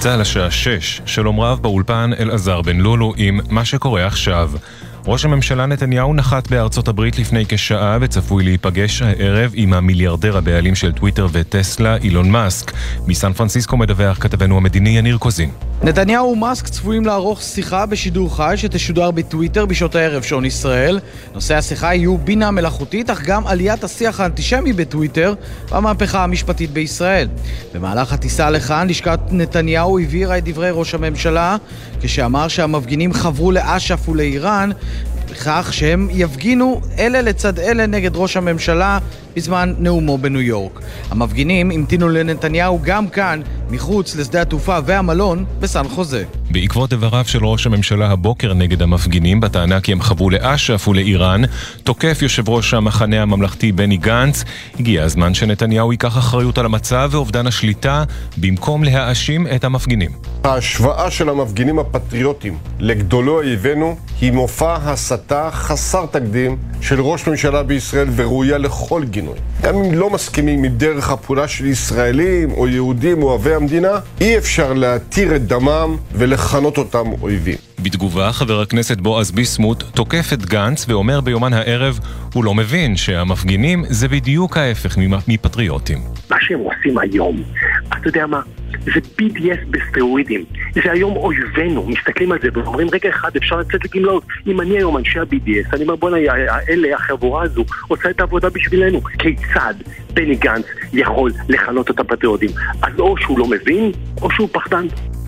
גלי צהל השעה 6, שלום רב באולפן אלעזר בן לולו עם מה שקורה עכשיו. ראש הממשלה נתניהו נחת בארצות הברית לפני כשעה וצפוי להיפגש הערב עם המיליארדר הבעלים של טוויטר וטסלה, אילון מאסק. מסן פרנסיסקו מדווח כתבנו המדיני יניר קוזין. נתניהו ומאסק צפויים לערוך שיחה בשידור חי שתשודר בטוויטר בשעות הערב שעון ישראל. נושא השיחה יהיו בינה מלאכותית, אך גם עליית השיח האנטישמי בטוויטר והמהפכה המשפטית בישראל. במהלך הטיסה לכאן, לשכת נתניהו הבהירה את דברי ראש הממשלה, כשאמר שהמפגינים חברו לאש"ף ולאיראן, בכך שהם יפגינו אלה לצד אלה נגד ראש הממשלה בזמן נאומו בניו יורק. המפגינים המתינו לנתניהו גם כאן, מחוץ לשדה התעופה והמלון בסן חוזה. בעקבות דבריו של ראש הממשלה הבוקר נגד המפגינים, בטענה כי הם חברו לאש"ף ולאיראן, תוקף יושב ראש המחנה הממלכתי בני גנץ. הגיע הזמן שנתניהו ייקח אחריות על המצב ואובדן השליטה, במקום להאשים את המפגינים. ההשוואה של המפגינים הפטריוטים לגדולי אויבינו היא מופע הסתה חסר תקדים של ראש ממשלה בישראל וראויה לכל גינוי. גם אם לא מסכימים עם דרך הפעולה של ישראלים או יהודים אוהבי המדינה, אי אפשר להתיר את דמם ולכנות אותם אויבים. בתגובה, חבר הכנסת בועז ביסמוט תוקף את גנץ ואומר ביומן הערב הוא לא מבין שהמפגינים זה בדיוק ההפך מפטריוטים. מה שהם עושים היום, אתה יודע מה? זה BDS בסטרואידים. זה היום אויבינו, מסתכלים על זה ואומרים רגע אחד אפשר לצאת לגמלאות. אם אני היום אנשי ה-BDS, אני אומר בוא נהיה, האלה, החבורה הזו עושה את העבודה בשבילנו. כיצד בני גנץ יכול לכנות את הפטריוטים? אז או שהוא לא מבין או שהוא פחדן.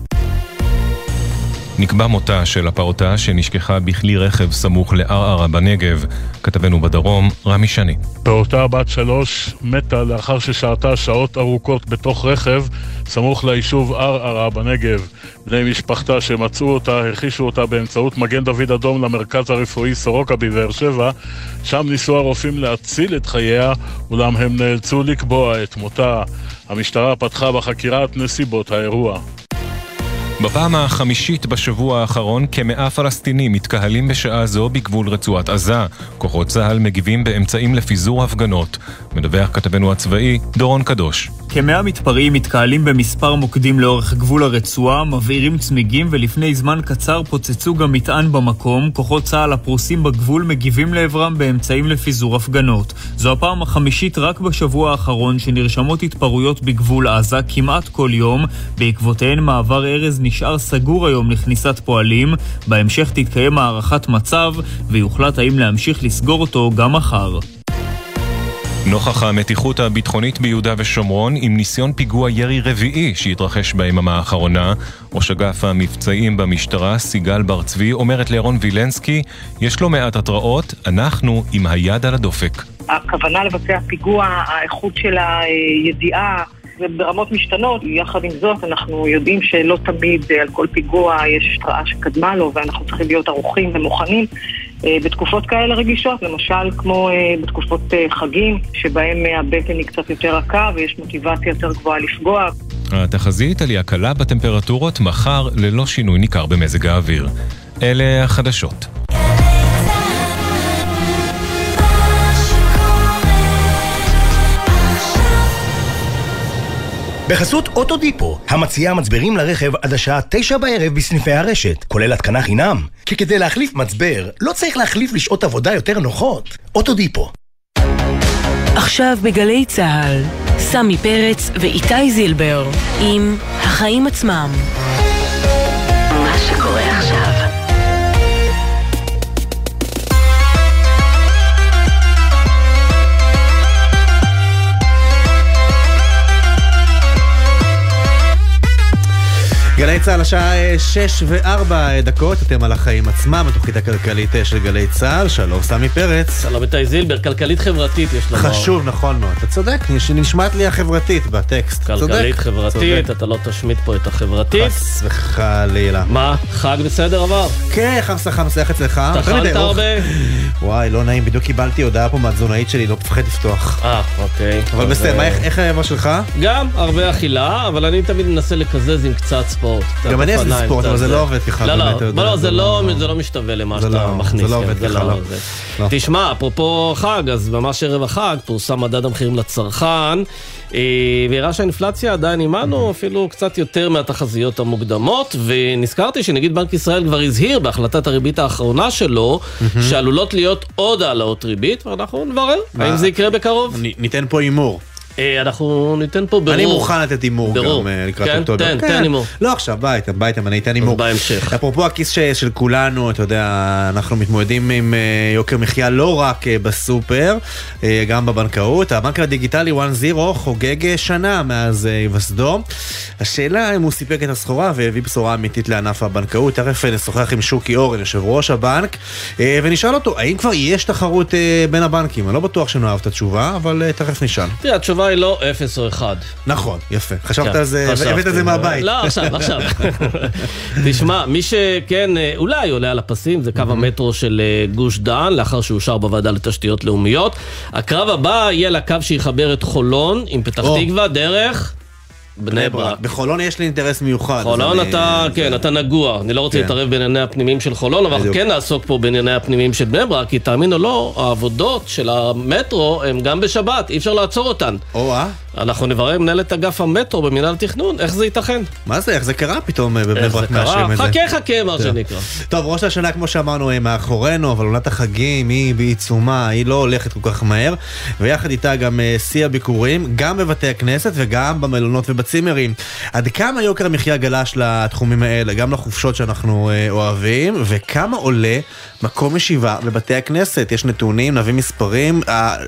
נקבע מותה של הפעוטה שנשכחה בכלי רכב סמוך לערערה בנגב. כתבנו בדרום, רמי שני. פעוטה בת 3 מתה לאחר ששהתה שעות ארוכות בתוך רכב סמוך ליישוב ערערה בנגב. בני משפחתה שמצאו אותה הרחישו אותה באמצעות מגן דוד אדום למרכז הרפואי סורוקה בבאר שבע. שם ניסו הרופאים להציל את חייה, אולם הם נאלצו לקבוע את מותה. המשטרה פתחה בחקירת נסיבות האירוע. בפעם החמישית בשבוע האחרון כ100 פלסטינים מתקהלים בשעה זו בגבול רצועת עזה. כוחות צה"ל מגיבים באמצעים לפיזור הפגנות. מדווח כתבנו הצבאי דורון קדוש. כ100 מתפרעים מתקהלים במספר מוקדים לאורך גבול הרצועה, מבעירים צמיגים ולפני זמן קצר פוצצו גם מטען במקום. כוחות צה"ל הפרוסים בגבול מגיבים לעברם באמצעים לפיזור הפגנות. זו הפעם החמישית רק בשבוע האחרון שנרשמות התפרעויות בגבול עזה כמעט כל יום. בעקבותיהן מעבר ארז נשאר סגור היום לכניסת פועלים. בהמשך תתקיים הערכת מצב ויוחלט האם להמשיך לסגור אותו גם מחר. נוכח המתיחות הביטחונית ביהודה ושומרון עם ניסיון פיגוע ירי רביעי שהתרחש ביממה האחרונה, ראש אגף המבצעים במשטרה סיגל בר צבי אומרת לירון וילנסקי, יש לו מעט התראות, אנחנו עם היד על הדופק. הכוונה לבצע פיגוע, האיכות של הידיעה ברמות משתנות. יחד עם זאת אנחנו יודעים שלא תמיד על כל פיגוע יש התראה שקדמה לו, ואנחנו צריכים להיות ערוכים ומוכנים בתקופות כאלה רגישות, למשל כמו בתקופות חגים שבהם הבטן היא קצת יותר רכה ויש מוטיבציה יותר גבוהה לפגוע. התחזית עלייה קלה בטמפרטורות, מחר ללא שינוי ניכר במזג האוויר. אלה החדשות. בחסות אוטודיפו, המציעה מצברים לרכב עד השעה 9 בערב בסניפי הרשת, כולל התקנה חינם. כי כדי להחליף מצבר, לא צריך להחליף לשעות עבודה יותר נוחות. אוטודיפו. עכשיו בגלי צהל, סמי פרץ ואיתי זילבר, עם החיים עצמם. מה שקורה עכשיו. גלי צהל, השעה 6:04, אתם על החיים עצמם, התוכנית הכלכלית של גלי צהל. שלום סמי פרץ. שלום איתי זילבר, כלכלית חברתית יש לנו. חשוב, נכון מאוד, אתה צודק, נשמעת לי החברתית בטקסט. כלכלית חברתית, אתה לא תשמיט פה את החברתית. חס וחלילה. מה, חג בסדר עבר? כן, חמסה איך אצלך? תאכלת הרבה? וואי, לא נעים, בדיוק קיבלתי הודעה פה מהתזונאית שלי, לא פחד לפתוח. אוקיי. אבל בסדר, איך הימה שלך? גם הרבה אכילה, אבל אני תמיד מנסה לקזז עם קצת ספורט. גם אני עשיתי ספורט, אבל זה לא עובד ככה. לא, זה לא משתווה למה שאתה מכניס. זה לא עובד ככה, לא. תשמע, אפרופו חג, אז ממש ערב החג, פורסם מדד המחירים לצרכן, והראה שהאינפלציה עדיין עימנו, אפילו קצת יותר מהתחזיות המוקדמות, ונזכרתי שנגיד בנק ישראל כבר הזהיר בהחלטת הריבית האחרונה שלו, שעלולות להיות עוד העלאות ריבית, ואנחנו נברר האם זה יקרה בקרוב. ניתן פה אימור. אנחנו ניתן פה ברור. אני מוכן לתת אימור גם לקראת אוקטובר. תן אימור. לא עכשיו, בייתם, אני אתן אימור. בהמשך. אפרופו הכיס של כולנו, אתה יודע, אנחנו מתמודדים עם יוקר מחיה לא רק בסופר, גם בבנקאות. הבנק הדיגיטלי 1-0 חוגג שנה מאז היווסדו. השאלה אם הוא סיפק את הסחורה והביא בשורה אמיתית לענף הבנקאות. תכף נשוחח עם שוקי אורן, יושב ראש הבנק, ונשאל אותו, האם כבר יש תחרות בין הבנקים? אני לא בטוח שנאהב את התשובה, אבל תכף נשאל. תראה, התשובה היא לא 0 או 1. נכון, יפה. חשבת על זה, הבאת את זה מהבית. לא, עכשיו. תשמע, מי שכן, אולי עולה על הפסים, זה קו המטרו של גוש דן, לאחר שאושר בוועדה לתשתיות לאומיות. הקרב הבא יהיה לקו שיחבר את חולון עם פתח תקווה דרך בני ברק. בחולון יש לי אינטרס מיוחד. חולון אתה נגוע. אני לא רוצה להתערב בענייני הפנימיים של חולון, אבל כן נעסוק פה בענייני הפנימיים של בני ברק, כי תאמין או לא, העבודות של המטרו הם גם בשבת, אי אפשר לעצור אותן. אנחנו נברר מנהלת אגף המטרו במינהל תכנון, איך זה ייתכן? מה זה? איך זה קרה פתאום בבני ברק מאשרים את זה? חכה, מה שנקרא. טוב, ראש השנה כמו שאמרנו מאחורינו, אבל עונת החגים היא בעיצומה, היא לא הולכת כל כך מהר, ויחד איתה גם שיא הביקורים, גם בבתי הכנסת וגם במלונות ובצימרים. עד כמה יוקר המחיה גלש לתחומים האלה, גם לחופשות שאנחנו אוהבים, וכמה עולה מקום ישיבה בבתי הכנסת? יש נתונים, נביא מספרים,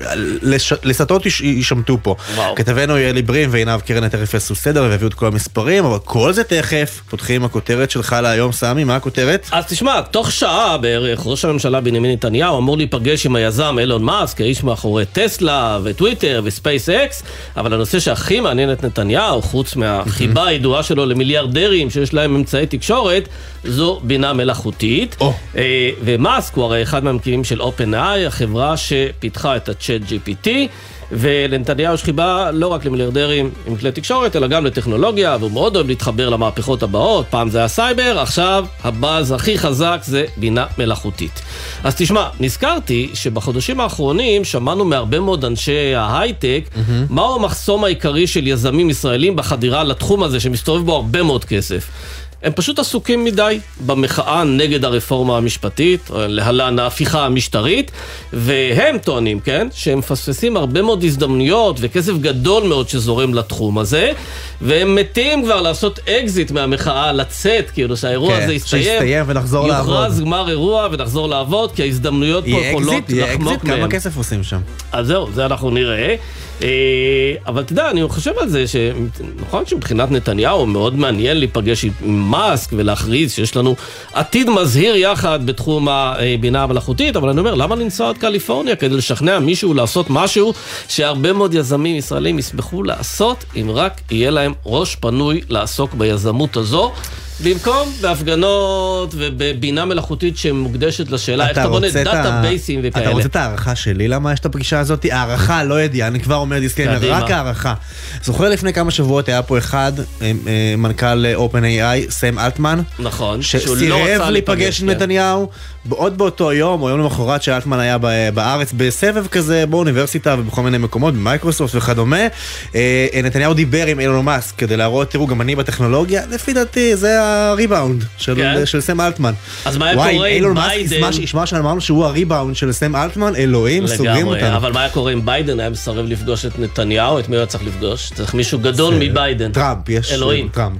לסטות ישמטו פה. כתבנו יאלי ברים ועינב קרן תכף יעשו סדר והביאו את כל המספרים, אבל כל זה תכף פותחים הכותרת שלך להיום. סמי, מה הכותרת? אז תשמע, תוך שעה בערך ראש הממשלה בנימין נתניהו אמור להיפגש עם היזם אילון מאסק, האיש מאחורי טסלה וטוויטר וספייס אקס, אבל הנושא שהכי מעניין את נתניהו, חוץ מהחיבה הידועה שלו למיליארדרים שיש להם אמצעי תקשורת, זו בינה מלאכותית. ומאסק הוא הרי אחד מהמקימים של OpenAI, החברה שפיתחה את ה-Chat GPT, ולנתניהו יש חיבה לא רק למיליארדרים עם כלי תקשורת, אלא גם לטכנולוגיה, והוא מאוד אוהב להתחבר למהפכות הבאות. פעם זה הסייבר, עכשיו הבאז הכי חזק זה בינה מלאכותית. אז תשמע, נזכרתי שבחודשים האחרונים שמענו מהרבה מאוד אנשי ההייטק, מהו המחסום העיקרי של יזמים ישראלים בחדירה לתחום הזה שמסתובב בו הרבה מאוד כסף. הם פשוט עסוקים מדי במחאה נגד הרפורמה המשפטית, להלן ההפיכה המשטרית, והם טוענים, כן, שהם מפספסים הרבה מאוד הזדמנויות וכסף גדול מאוד שזורם לתחום הזה, והם מתים כבר לעשות אקזיט מהמחאה, לצאת, כאילו שהאירוע הזה יסתיים, ונחזור לעבוד. יוכרז גמר אירוע ונחזור לעבוד, כי ההזדמנויות פה יכולות לחמוק מהם. כמה כסף עושים שם? אז זהו, זה אנחנו נראה. אבל תדע, אני חושב על זה שנכון שמבחינת נתניהו מאוד מעניין להיפגש עם מאסק ולהכריז שיש לנו עתיד מזהיר יחד בתחום הבינה המלאכותית, אבל אני אומר, למה לנסוע עד קליפורניה כדי לשכנע מישהו לעשות משהו שהרבה מאוד יזמים ישראלים ישמחו לעשות, אם רק יהיה להם ראש פנוי לעסוק ביזמות הזו, במקום בהפגנות ובבינה מלאכותית שמוקדשת לשאלה איך אתה בונה דאטאבייסים וכאלה. אתה רוצה את הערכה שלי למה יש את הפגישה הזאת? הערכה, לא ידיעה, אני כבר אומר דיסקליימר, רק הערכה. זוכר לפני כמה שבועות היה פה אחד, מנכ"ל OpenAI, סם אלטמן, נכון, שסירב להיפגש עם נתניהו, עוד באותו יום, או יום למחרת שאלטמן היה בארץ בסבב כזה, באוניברסיטה ובכל מיני מקומות, במייקרוסופט וכדומה, נתניהו דיבר עם אילון מאסק כדי להראות, תראו, גם אני בטכנולוגיה, לפי דעתי, זה הריבאונד של סם אלטמן. אז מה היה קורה עם ביידן? ישמע שאמרנו שהוא הריבאונד של סם אלטמן, אלוהים, סוגרים אותנו. אבל מה היה קורה עם ביידן? היה מסרב לפגוש את נתניהו, את מי הוא צריך לפגוש? צריך מישהו גדול מביידן. טראמפ, יש טראמפ.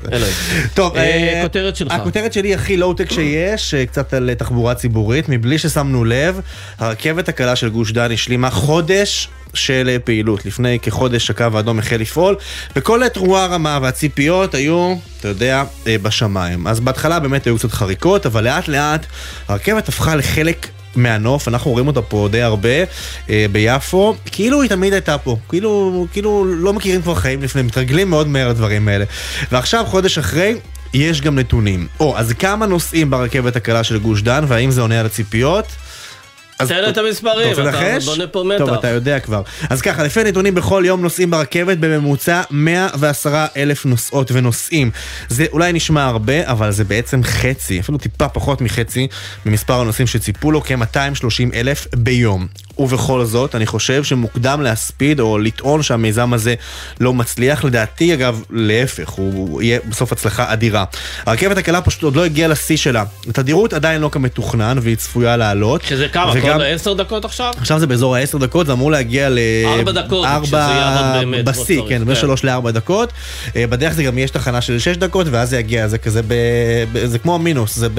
טוב, הכותרת שלך. הכותרת שלי הכי לואו-טק שיש, קצת על תחבורה ציבורית, מבלי ששמנו לב, הרכבת הקלה של גוש דן השלימה חודש של פעילות. לפני כחודש הקו האדום החל לפעול, וכל תרועה הרמה והציפיות היו, אתה יודע, בשמיים. אז בהתחלה באמת היו קצת חריקות, אבל לאט לאט הרכבת הפכה לחלק מהנוף, אנחנו רואים אותה פה די הרבה ביפו, כאילו היא תמיד הייתה פה, כאילו לא מכירים כבר חיים לפני, מתרגלים מאוד מהר לדברים האלה. ועכשיו, חודש אחרי, יש גם נתונים. אז כמה נוסעים ברכבת הקלה של גוש דן, והאם זה עונה על הציפיות? תן את המספרים, אתה רוצה לחש? בונה פה מתח. טוב, אתה יודע כבר. אז ככה, לפי הנתונים בכל יום נוסעים ברכבת בממוצע 110,000 נוסעות ונוסעים. זה אולי נשמע הרבה, אבל זה בעצם חצי, אפילו טיפה פחות מחצי, ממספר הנוסעים שציפו לו, כ-230,000 ביום. ובכל זאת, אני חושב שמוקדם להספיד או לטעון שהמיזם הזה לא מצליח. לדעתי, אגב, להפך, הוא יהיה בסוף הצלחה אדירה. הרכבת הקלה פשוט עוד לא הגיעה לשיא שלה. התדירות עדיין לא כמתוכנן, והיא צפויה לעלות. שזה כמה? כל 10 דקות עכשיו? עכשיו זה באזור 10 דקות, זה אמור להגיע 4 דקות, כשזה יעבוד באמת. בשיא, כן, ב3 ל4 דקות. בדרך זה גם יש תחנה של 6 דקות, ואז זה יגיע, זה כזה זה כמו המינוס, זה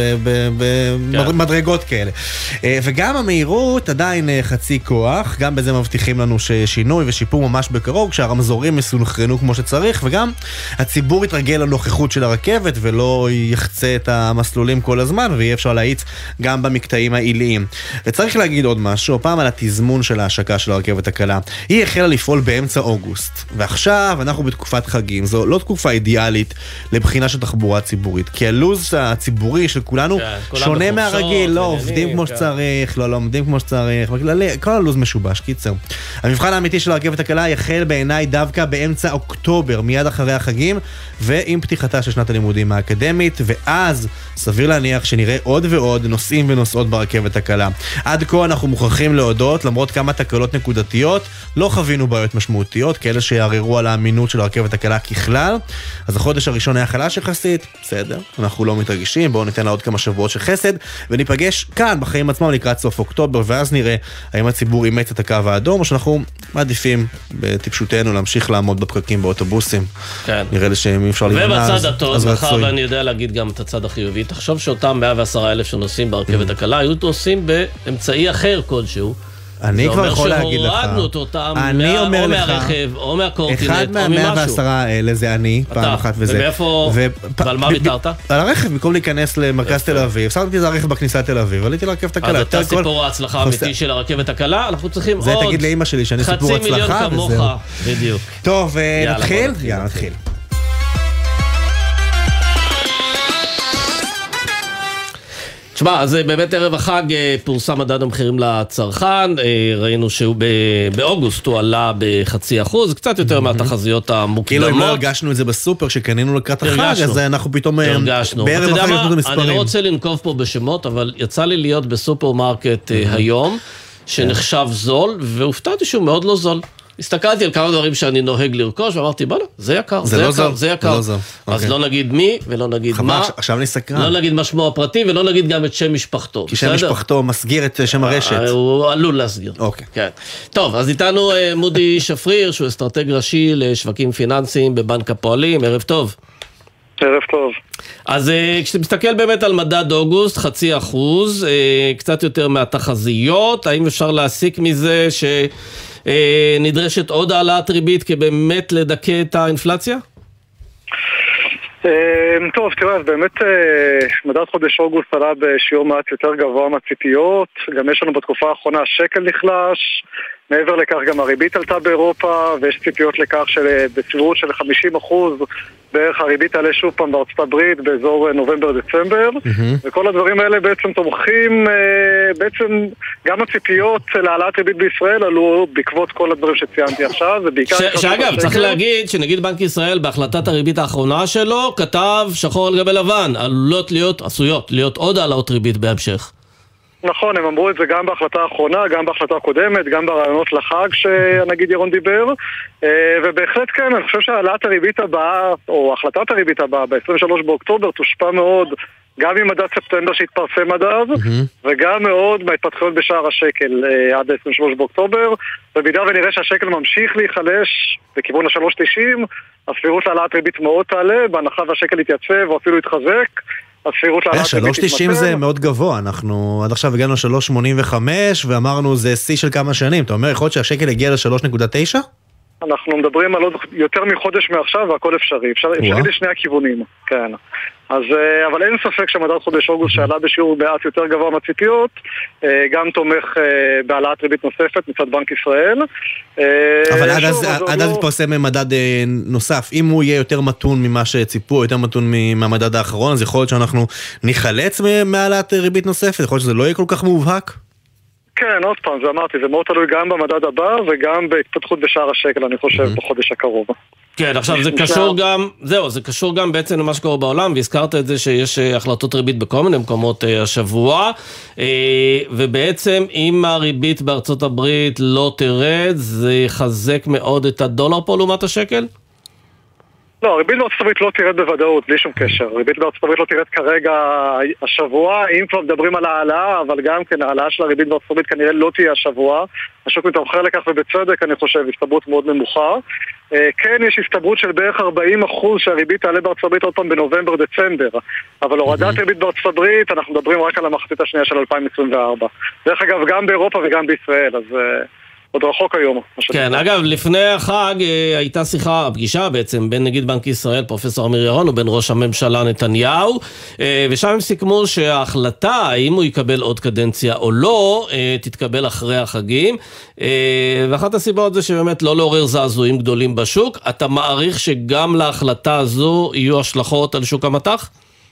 במדרגות כאלה. וגם המהירות עדיין חצי כוח, גם בזה מבטיחים לנו ששינוי ושיפור ממש בקרוב, כשהרמזורים מסונכרנו כמו שצריך, וגם הציבור יתרגל לנוכחות של הרכבת, ולא יחצה את המסלולים כל הזמן, ויהיה אפשר להאיץ גם במקטעים העיליים. וצריך להגיד עוד משהו, פעם על התזמון של ההשקה של הרכבת הקלה. היא החלה לפעול באמצע אוגוסט, ועכשיו אנחנו בתקופת חגים, זו לא תקופה אידיאלית לבחינה של תחבורה ציבורית, כי הלוז הציבורי של כולנו שונה מהרגיל, לא עובדים כמו שצריך, לא לומדים כמו שצריך, כל הלוז משובש, קיצר. המבחן האמיתי של הרכבת הקלה יחל בעיניי דווקא באמצע אוקטובר, מיד אחרי החגים, ועם פתיחתה של שנת הלימודים האקדמית, ואז סביר להניח שנראה עוד ועוד נוסעים ונוסעות ברכבת הקלה. עד כה אנחנו מוכרחים להודות, למרות כמה תקלות נקודתיות, לא חווינו בעיות משמעותיות, כאלה שיערערו על האמינות של הרכבת הקלה ככלל. אז החודש הראשון היה חלש יחסית, בסדר, אנחנו לא מתרגשים, בואו ניתן לה עוד כמה שבועות של חסד, וניפגש כאן בחיים עצמם לקראת סוף אוקטובר, ואז נראה האם הציבור אימץ את הקו האדום, או שאנחנו מעדיפים בטיפשותנו להמשיך לעמוד בפקקים באוטובוסים. כן. נראה לי שאם אפשר להימנע, ובצד הטוב, מחר ואני יודע להגיד גם את הצד החיובי, תחשוב שאותם 110,000 שנוסעים ברכבת הקלה, היו נוסעים באמצעי אחר כלשהו. אני כבר יכול להגיד לך, זה אומר שהורדנו אותם או מהרכב, או מהקורקינט, אחד או ממשהו. מה-110 האלה זה אני, פעם אחת וזה. ומאיפה, ועל מה ויתרת? על הרכב, במקום להיכנס למרכז תל אביב, שמתי את הרכב בכניסה תל אביב, עליתי לרכבת הקלה. אז אתה סיפור ההצלחה האמיתי של הרכבת הקלה, אנחנו צריכים עוד... זה תגיד לאמא שלי שאני סיפור הצלחה, 500,000 כמוך, בדיוק. טוב, נתחיל? יאללה, נתחיל. תשמע, אז באמת ערב החג פורסם מדד המחירים לצרכן, ראינו שהוא באוגוסט הוא עלה ב0.5%, קצת יותר מהתחזיות המוקדמות. כאילו אם לא הרגשנו את זה בסופר שקנינו לקראת החג, אז אנחנו פתאום בערב החג נתנו את המספרים. אני לא רוצה לנקוב פה בשמות, אבל יצא לי להיות בסופרמרקט היום, שנחשב זול, והופתעתי שהוא מאוד לא זול. הסתכלתי על כמה דברים שאני נוהג לרכוש, ואמרתי, בוא'נה, זה יקר, זה יקר, זה יקר. אז לא נגיד מי, ולא נגיד מה. עכשיו נסקרן. לא נגיד מה שמו הפרטי, ולא נגיד גם את שם משפחתו. כי שם משפחתו מסגיר את שם הרשת. הוא עלול להסגיר. אוקיי. כן. טוב, אז איתנו מודי שפריר, שהוא אסטרטג ראשי לשווקים פיננסיים בבנק הפועלים. ערב טוב. ערב טוב. אז כשאתה מסתכל באמת על מדד אוגוסט, 0.5%, קצת יותר מהתחזיות, האם אפשר להסיק מזה שנדרשת עוד העלאת ריבית כבאמת לדכא את האינפלציה? טוב, תראה, אז באמת מדד חודש אוגוסט עלה בשיעור מעט יותר גבוה מהציפיות, גם יש לנו בתקופה האחרונה השקל נחלש, מעבר לכך גם הריבית עלתה באירופה, ויש ציפיות לכך שבסבירות של 50% בערך הריבית עלה שוב פעם בארצות הברית באזור נובמבר-דצמבר, וכל הדברים האלה בעצם תומכים, בעצם גם הציפיות להעלאת ריבית בישראל עלו בעקבות כל הדברים שציינתי עכשיו, שאגב, צריך להגיד שנגיד בנק ישראל בהחלטת הריבית האחרונה שלו, כתב שחור על גבי לבן, עשויות להיות עוד העלאות ריבית בהמשך. נכון, הם אמרו את זה גם בהחלטה האחרונה, גם בהחלטה הקודמת, גם ברעיונות לחג שהנגיד ירון דיבר, ובהחלט כן, אני חושב שהעלאת הריבית הבאה, או החלטת הריבית הבאה ב-23 באוקטובר תושפע מאוד גם ממדד ספטמבר שהתפרסם עד אז, וגם מאוד מההתפתחויות בשער השקל עד 23 באוקטובר, ובמידה ונראה שהשקל ממשיך להיחלש בכיוון ה-3.90, הסבירות להעלאת ריבית מאוד תעלה, בהנחה והשקל יתייצב או אפילו יתחזק, 3.90 זה מאוד גבוה, אנחנו עד עכשיו הגענו 3.85 ואמרנו זה שיא של כמה שנים, אתה אומר יכול להיות שהשקל הגיע ל-3.9? אנחנו מדברים על עוד יותר מחודש מעכשיו והכל אפשרי, אפשרי לשני הכיוונים, כן. אז, אבל אין ספק שמדד חודש אוגוסט שעלה בשיעור מעט יותר גבוה מהציפיות, גם תומך בהעלאת ריבית נוספת מצד בנק ישראל. אבל עד אז יתפרסם מדד נוסף, אם הוא יהיה יותר מתון ממה שציפו, יותר מתון מהמדד האחרון, אז יכול להיות שאנחנו ניחלץ מהעלאת ריבית נוספת, יכול להיות שזה לא יהיה כל כך מובהק? כן, עוד פעם, זה אמרתי, זה מאוד תלוי גם במדד הבא וגם בהתפתחות בשער השקל, אני חושב, בחודש הקרוב. כן, עכשיו זה קשור גם, זה קשור גם בעצם למה שקורה בעולם, והזכרת את זה שיש החלטות ריבית בכל מיני מקומות השבוע, ובעצם אם הריבית בארצות הברית לא תרד, זה יחזק מאוד את הדולר פה לעומת השקל? לא, הריבית בארצות הברית לא תרד בוודאות, בלי שום קשר. הריבית בארצות הברית לא תרד כרגע השבוע, אם כבר מדברים על העלאה, אבל גם כן העלאה של הריבית בארצות הברית כנראה לא תהיה השבוע. השוק מתמחר לכך ובצדק, אני חושב, הסתברות מאוד נמוכה. כן, יש הסתברות של בערך 40% שהריבית תעלה בארצות הברית עוד פעם בנובמבר-דצמבר. אבל הורדת ריבית בארצות הברית, אנחנו מדברים רק על המחצית השנייה של 2024. דרך אגב, גם באירופה וגם בישראל, אז עוד רחוק היום. כן, אגב, לפני החג הייתה פגישה בעצם בין נגיד בנק ישראל, פרופסור אמיר ירון, ובין ראש הממשלה נתניהו, ושם הם סיכמו שההחלטה, האם הוא יקבל עוד קדנציה או לא, תתקבל אחרי החגים, ואחת הסיבות זה שבאמת לא לעורר זעזועים גדולים בשוק. אתה מעריך שגם להחלטה הזו יהיו השלכות על שוק המטח?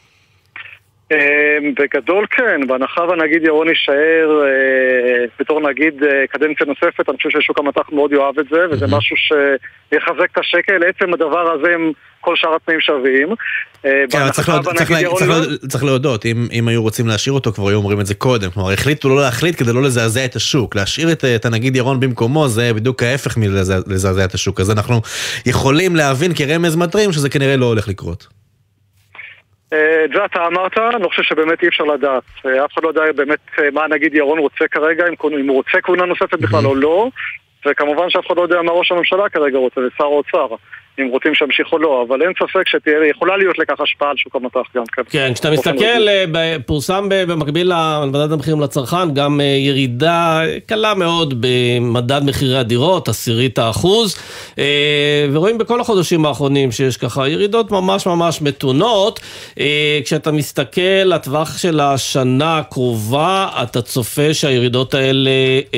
בגדול כן, בהנחה ונגיד ירון יישאר בתור נגיד קדנציה נוספת, אני חושב ששוק המטח מאוד יאהב את זה, וזה משהו שיחזק את השקל. עצם הדבר הזה עם כל שאר התנאים שווים. כן, צריך להודות, אם היו רוצים להשאיר אותו, כבר היו אומרים את זה קודם, כלומר, החליטו לא להחליט כדי לא לזעזע את השוק, להשאיר את הנגיד ירון במקומו, זה בדיוק ההפך מלזעזע את השוק, אז אנחנו יכולים להבין כרמז מטרים שזה כנראה לא הולך לקרות. את זה אתה אמרת, אני חושב שבאמת אי אפשר לדעת. אף אחד לא יודע באמת מה נגיד ירון רוצה כרגע, אם הוא רוצה כהונה נוספת בכלל או לא, וכמובן שאף אחד לא יודע מה ראש הממשלה כרגע רוצה, ושר האוצר, אם רוצים שימשיך או לא, אבל אין ספק שיכולה להיות לכך השפעה על שוק המטח גם. כן, כשאתה מסתכל, פורסם במקביל למדד המחירים לצרכן, גם ירידה קלה מאוד במדד מחירי הדירות, 0.1%, ורואים בכל החודשים האחרונים שיש ככה ירידות ממש ממש מתונות. כשאתה מסתכל לטווח של השנה הקרובה, אתה צופה שהירידות האלה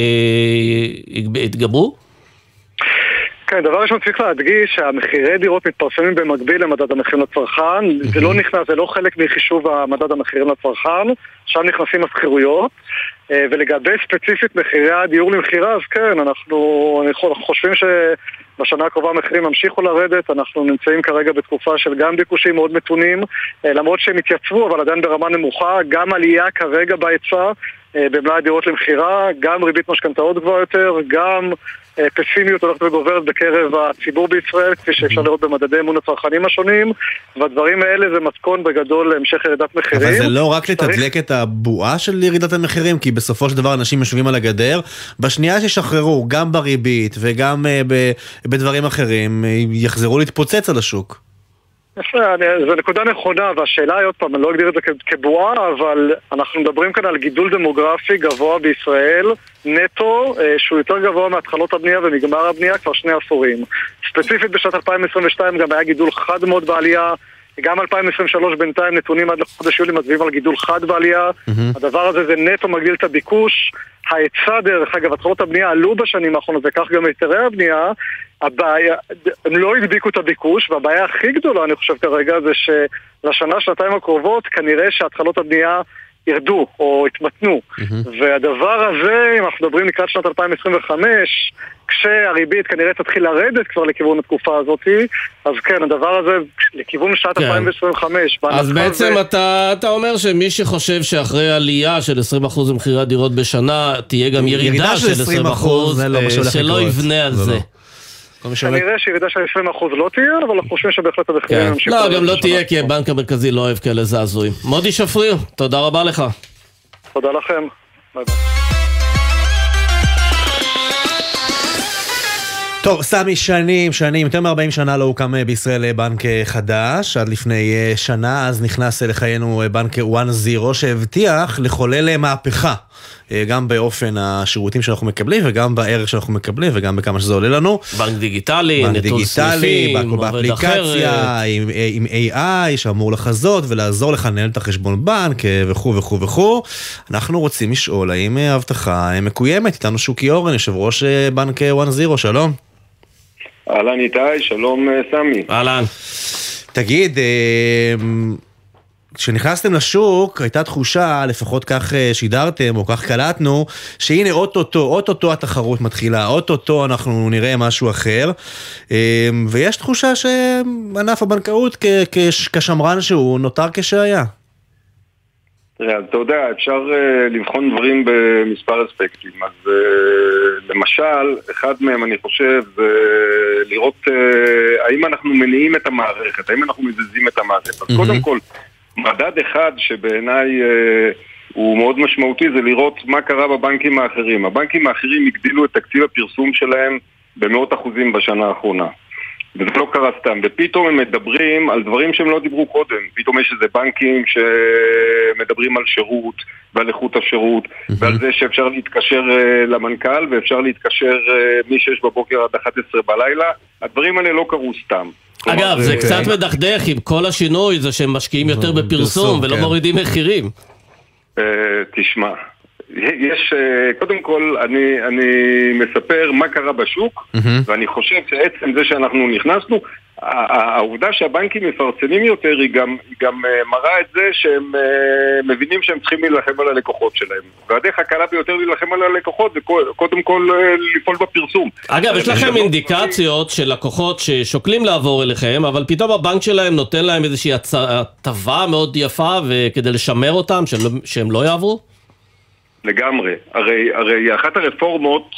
יתגברו? כן, דבר ראשון צריך להדגיש שהמחירי דירות מתפרסמים במקביל למדד המחירים לצרכן. זה לא נכנס, זה לא חלק מחישוב המדד המחירים לצרכן, שם נכנסים השכירויות. ולגבי ספציפית מחירי הדיור למחירה, אז כן, אנחנו חושבים שבשנה הקרובה המחירים ממשיכו לרדת. אנחנו נמצאים כרגע בתקופה של גם ביקושים מאוד מתונים, למרות שהם התייצבו, אבל עדיין ברמה נמוכה, גם עלייה כרגע בהיצע במלאי הדירות למחירה, גם ריבית משכנתאות גבוהה יותר, גם פסימיות הולכת וגוברת בקרב הציבור בישראל, כפי שאפשר לראות במדדי אמון הצרכנים השונים, והדברים האלה זה מתכון בגדול להמשך ירידת מחירים. אבל זה לא רק לתדלק את הבועה של ירידת המחירים, כי בסופו של דבר אנשים יושבים על הגדר, בשנייה ששחררו, גם בריבית וגם בדברים אחרים, יחזרו להתפוצץ על השוק. זו נקודה נכונה, והשאלה היא עוד פעם, אני לא אגדיר את זה כבועה, אבל אנחנו מדברים כאן על גידול דמוגרפי גבוה בישראל, נטו, שהוא יותר גבוה מהתחלות הבנייה ומגמר הבנייה כבר 2 עשורים. ספציפית בשנת 2022 גם היה גידול חד מאוד בעלייה, גם 2023 בינתיים נתונים עד לחודש יולי מצביעים על גידול חד בעלייה. הדבר הזה זה נטו מגדיל את הביקוש. ההיצע דרך אגב, התחלות הבנייה עלו בשנים האחרונות, וכך גם היתרי הבנייה. הבעיה, הם לא הדביקו את הביקוש, והבעיה הכי גדולה אני חושב כרגע זה שלשנה, שנתיים הקרובות כנראה שהתחלות הבנייה ירדו או התמתנו. והדבר הזה, אם אנחנו מדברים לקראת שנת 2025, כשהריבית כנראה תתחיל לרדת כבר לכיוון התקופה הזאת, אז כן, הדבר הזה לכיוון שנת 2025. אז בעצם אתה אומר שמי שחושב שאחרי עלייה של 20% במחירי הדירות בשנה, תהיה גם ירידה של 20%, שלא יבנה על זה. כנראה שירידה של 20% לא תהיה, אבל אנחנו חושבים שבהחלט המחירים ימשיכו. לא, גם לא תהיה, כי הבנק המרכזי לא אוהב כאלה זעזועים. מודי שפריר, תודה רבה לך. תודה לכם. ביי ביי. טוב, סמי, שנים, יותר מ-40 שנה לא הוקם בישראל בנק חדש, עד לפני שנה, אז נכנס לחיינו בנק 1-0, שהבטיח לחולל מהפכה, גם באופן השירותים שאנחנו מקבלים, וגם בערך שאנחנו מקבלים, וגם בכמה שזה עולה לנו. בנק דיגיטלי, נטול סניפים, באפליקציה, עם AI, שאמור לחזות ולעזור לך לנהל את החשבון בנק, וכו' וכו' וכו'. אנחנו רוצים לשאול, האם ההבטחה מקוימת? איתנו שוקי אורן, יושב ראש בנק 1-0, שלום. אהלן איתי, שלום סמי. אהלן. תגיד, כשנכנסתם לשוק, הייתה תחושה, לפחות כך שידרתם, או כך קלטנו, שהנה אוטוטו התחרות מתחילה, אוטוטו אנחנו נראה משהו אחר, ויש תחושה שענף הבנקאות כשמרן שהוא נותר כשהיה. אתה יודע, אפשר לבחון דברים במספר אספקטים. אז למשל, אחד מהם אני חושב זה לראות האם אנחנו מניעים את המערכת, האם אנחנו מזיזים את המערכת. אז קודם כל, מדד אחד שבעיניי הוא מאוד משמעותי זה לראות מה קרה בבנקים האחרים. הבנקים האחרים הגדילו את תקציב הפרסום שלהם במאות אחוזים בשנה האחרונה. וזה לא קרה סתם, ופתאום הם מדברים על דברים שהם לא דיברו קודם. פתאום יש איזה בנקים שמדברים על שירות ועל איכות השירות ועל זה שאפשר להתקשר למנכ"ל ואפשר להתקשר מ-6 בבוקר עד 11 בלילה. הדברים האלה לא קרו סתם. אגב, זה קצת מדכדך עם כל השינוי, זה שהם משקיעים יותר בפרסום ולא מורידים מחירים. תשמע, יש, קודם כל, אני מספר מה קרה בשוק, ואני חושב שעצם זה שאנחנו נכנסנו, העובדה שהבנקים מפרסמים יותר היא גם מראה את זה שהם מבינים שהם צריכים להילחם על הלקוחות שלהם. והדרך הקלה ביותר להילחם על הלקוחות זה קודם כל לפעול בפרסום. אגב, יש לכם אינדיקציות של לקוחות ששוקלים לעבור אליכם, אבל פתאום הבנק שלהם נותן להם איזושהי הטבה מאוד יפה וכדי לשמר אותם שהם לא יעברו? לגמרי. הרי אחת הרפורמות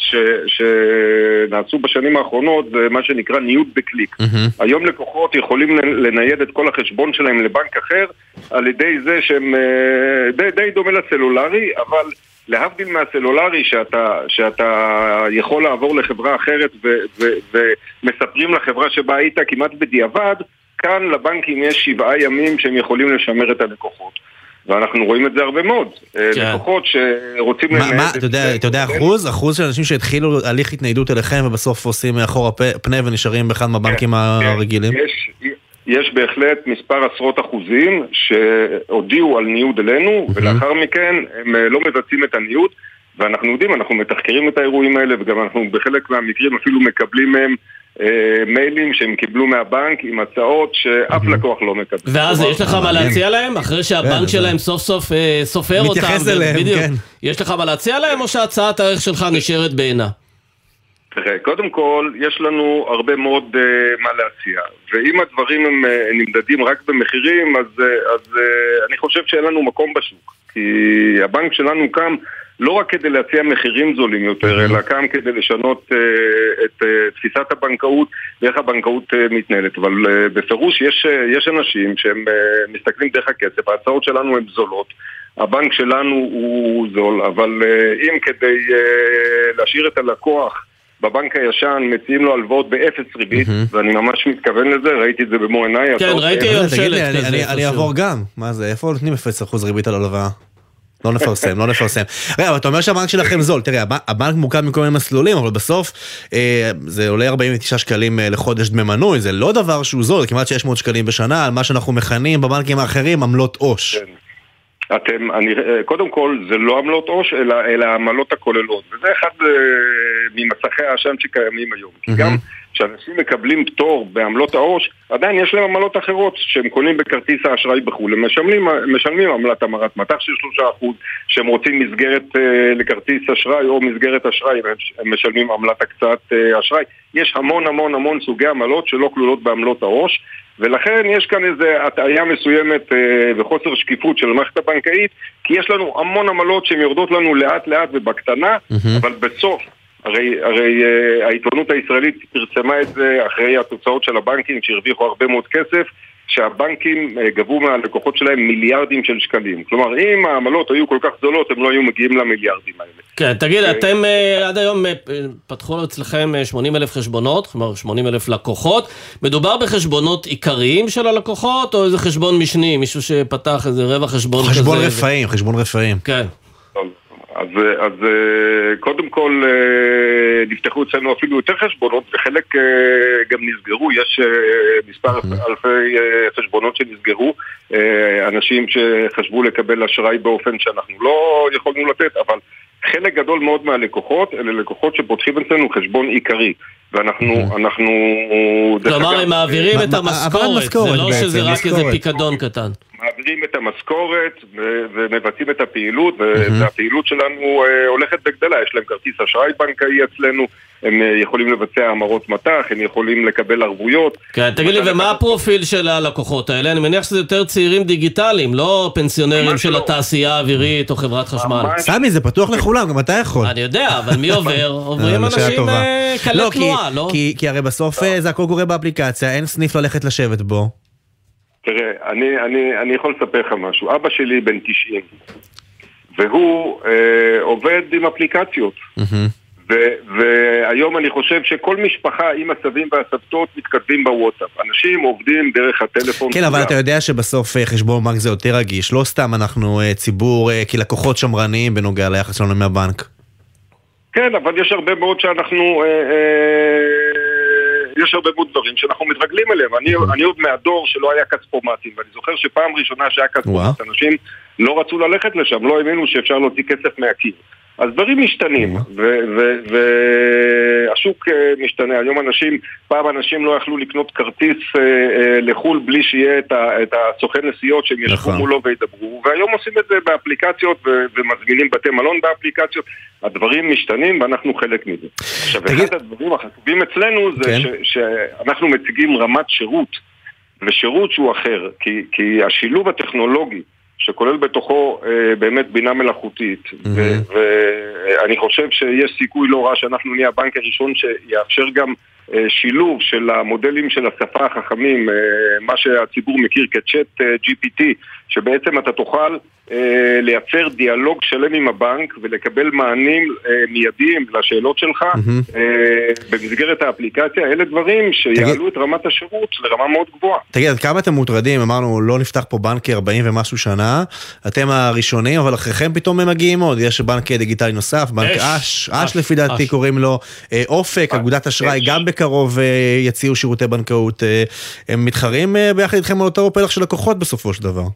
שנעשו בשנים האחרונות זה מה שנקרא ניוד בקליק. היום לקוחות יכולים לנייד את כל החשבון שלהם לבנק אחר על ידי זה שהם די דומה לסלולרי, אבל להבדיל מהסלולרי שאתה יכול לעבור לחברה אחרת ומספרים לחברה שבה היית כמעט בדיעבד, כאן לבנקים יש 7 ימים שהם יכולים לשמר את הלקוחות. ואנחנו רואים את זה הרבה מאוד. לקוחות שרוצים לנהל... אתה יודע אחוז של אנשים שהתחילו הליך התניידות אליכם ובסוף עושים מאחור פנה ונשארים באחד מהבנקים הרגילים? יש בהחלט מספר עשרות אחוזים שהודיעו על ניוד אלינו, ולאחר מכן הם לא מבצעים את הניוד, ואנחנו יודעים, אנחנו מתחקרים את האירועים האלה, וגם אנחנו בחלק מהמקרים אפילו מקבלים מהם מיילים שהם קיבלו מהבנק עם הצעות שאף לקוח לא מקבל. ואז יש לך מה להציע להם? אחרי שהבנק שלהם סוף סוף סופר אותם. מתייחס אליהם, כן. יש לך מה להציע להם או שהצעת הערך שלך נשארת בעינה? תראה, קודם כל, יש לנו הרבה מאוד מה להציע. ואם הדברים הם נמדדים רק במחירים, אז אני חושב שאין לנו מקום בשוק. כי הבנק שלנו קם לא רק כדי להציע מחירים זולים יותר, אלא גם כדי לשנות את תפיסת הבנקאות ואיך הבנקאות מתנהלת. אבל בפירוש יש אנשים שהם מסתכלים דרך הכסף, ההצעות שלנו הן זולות, הבנק שלנו הוא זול, אבל אם כדי להשאיר את הלקוח בבנק הישן מציעים לו הלוואות באפס ריבית, ואני ממש מתכוון לזה, ראיתי את זה במו עיניי. כן, ראיתי היום שלט כזה. אני אעבור גם, מה זה, איפה נותנים 0% ריבית על הלוואה? לא נפרסם. רגע, אבל אתה אומר שהבנק שלכם זול, תראה, הבנק מורכב מכל מיני מסלולים, אבל בסוף זה עולה 49 שקלים לחודש דמי מנוי, זה לא דבר שהוא זול, כמעט 600 שקלים בשנה, על מה שאנחנו מכנים בבנקים האחרים עמלות עו"ש. קודם כל, זה לא עמלות עו"ש, אלא העמלות הכוללות, וזה אחד ממסכי העשן שקיימים היום, כי גם כשאנשים מקבלים פטור בעמלות העו"ש, עדיין יש להם עמלות אחרות שהם קונים בכרטיס האשראי בחו"ל, הם משלמים עמלת המרת מטח של 3%, שהם רוצים מסגרת לכרטיס אשראי או מסגרת אשראי, הם משלמים עמלת הקצאת אשראי. יש המון סוגי עמלות שלא כלולות בעמלות העו"ש, ולכן יש כאן איזו הטעיה מסוימת וחוסר שקיפות של המערכת הבנקאית, כי יש לנו המון עמלות שהן יורדות לנו לאט ובקטנה, אבל בסוף, הרי העיתונות הישראלית פרסמה את זה אחרי התוצאות של הבנקים שהרוויחו הרבה מאוד כסף, שהבנקים גבו מהלקוחות שלהם מיליארדים של שקלים. כלומר, אם העמלות היו כל כך זולות, הם לא היו מגיעים למיליארדים האלה. כן, תגיד, אתם עד היום פתחו אצלכם 80,000 חשבונות, כלומר 80,000 לקוחות. מדובר בחשבונות עיקריים של הלקוחות, או איזה חשבון משני, מישהו שפתח איזה רבע חשבון כזה? חשבון רפאים. כן. אז קודם כל נפתחו אצלנו אפילו יותר חשבונות, וחלק גם נסגרו. יש מספר אלפי חשבונות שנסגרו, אנשים שחשבו לקבל אשראי באופן שאנחנו לא יכולנו לתת, אבל חלק גדול מאוד מהלקוחות, אלה לקוחות שפותחים אצלנו חשבון עיקרי, ואנחנו כלומר, הם מעבירים את המשכורת, זה לא שזה רק איזה פיקדון קטן. מעבירים את המשכורת ומבצעים את הפעילות, והפעילות שלנו הולכת בגדלה. יש להם כרטיס אשראי בנקאי אצלנו, הם יכולים לבצע המרות מטח, הם יכולים לקבל ערבויות. כן, תגיד לי, ומה הפרופיל של הלקוחות האלה? אני מניח שזה יותר צעירים דיגיטליים, לא פנסיונרים של התעשייה האווירית או חברת חשמל. סמי, זה פתוח לכולם, גם אתה יכול. אני יודע, אבל מי עובר? עוברים אנשים קלי תנועה, לא? כי הרי בסוף זה הכל קורה באפליקציה, אין סניף ללכת לשבת בו. תראה, אני יכול לספר לך משהו. אבא שלי בן 90, והוא עובד עם אפליקציות. והיום אני חושב שכל משפחה עם הסבים והסבתות מתכתבים בוואטסאפ. אנשים עובדים דרך הטלפון. כן, אבל אתה יודע שבסוף חשבון בנק זה יותר רגיש. לא סתם אנחנו ציבור, כי לקוחות שמרניים בנוגע ליחס שלנו מהבנק. כן, אבל יש הרבה מאוד שאנחנו... יש הרבה מאוד דברים שאנחנו מתרגלים אליהם. אני עוד מהדור שלא היה כספומטים, ואני זוכר שפעם ראשונה שהיה כספומט, אנשים לא רצו ללכת לשם, לא האמינו שאפשר להוציא כסף מהקיר. אז דברים משתנים, והשוק משתנה. היום פעם אנשים לא יכלו לקנות כרטיס לחול בלי שיהיה את הסוכן נסיעות שהם ישבו מולו וידברו, והיום עושים את זה באפליקציות ומזמינים בתי מלון באפליקציות. הדברים משתנים ואנחנו חלק מזה. עכשיו, אחד הדברים החשובים אצלנו זה שאנחנו מציגים רמת שירות, ושירות שהוא אחר, כי השילוב הטכנולוגי שכולל בתוכו באמת בינה מלאכותית, ואני חושב שיש סיכוי לא רע שאנחנו נהיה הבנק הראשון שיאפשר גם שילוב של המודלים של השפה החכמים, מה שהציבור מכיר כצ'אט GPT, שבעצם אתה תוכל לייצר דיאלוג שלם עם הבנק ולקבל מענים מיידיים לשאלות שלך במסגרת האפליקציה. אלה דברים שיעלו את רמת השירות לרמה מאוד גבוהה. תגיד, עד כמה אתם מוטרדים? אמרנו, לא נפתח פה בנק 40 ומשהו שנה, אתם הראשונים, אבל אחריכם פתאום הם מגיעים עוד. יש בנק דיגיטלי נוסף, בנק אש לפי דעתי קוראים לו, אופק, אגודת אשראי, גם בקרוב יציעו שירותי בנקאות. הם מתחרים ביחד איתכם על אותו פלח של לקוחות בסופו של דבר.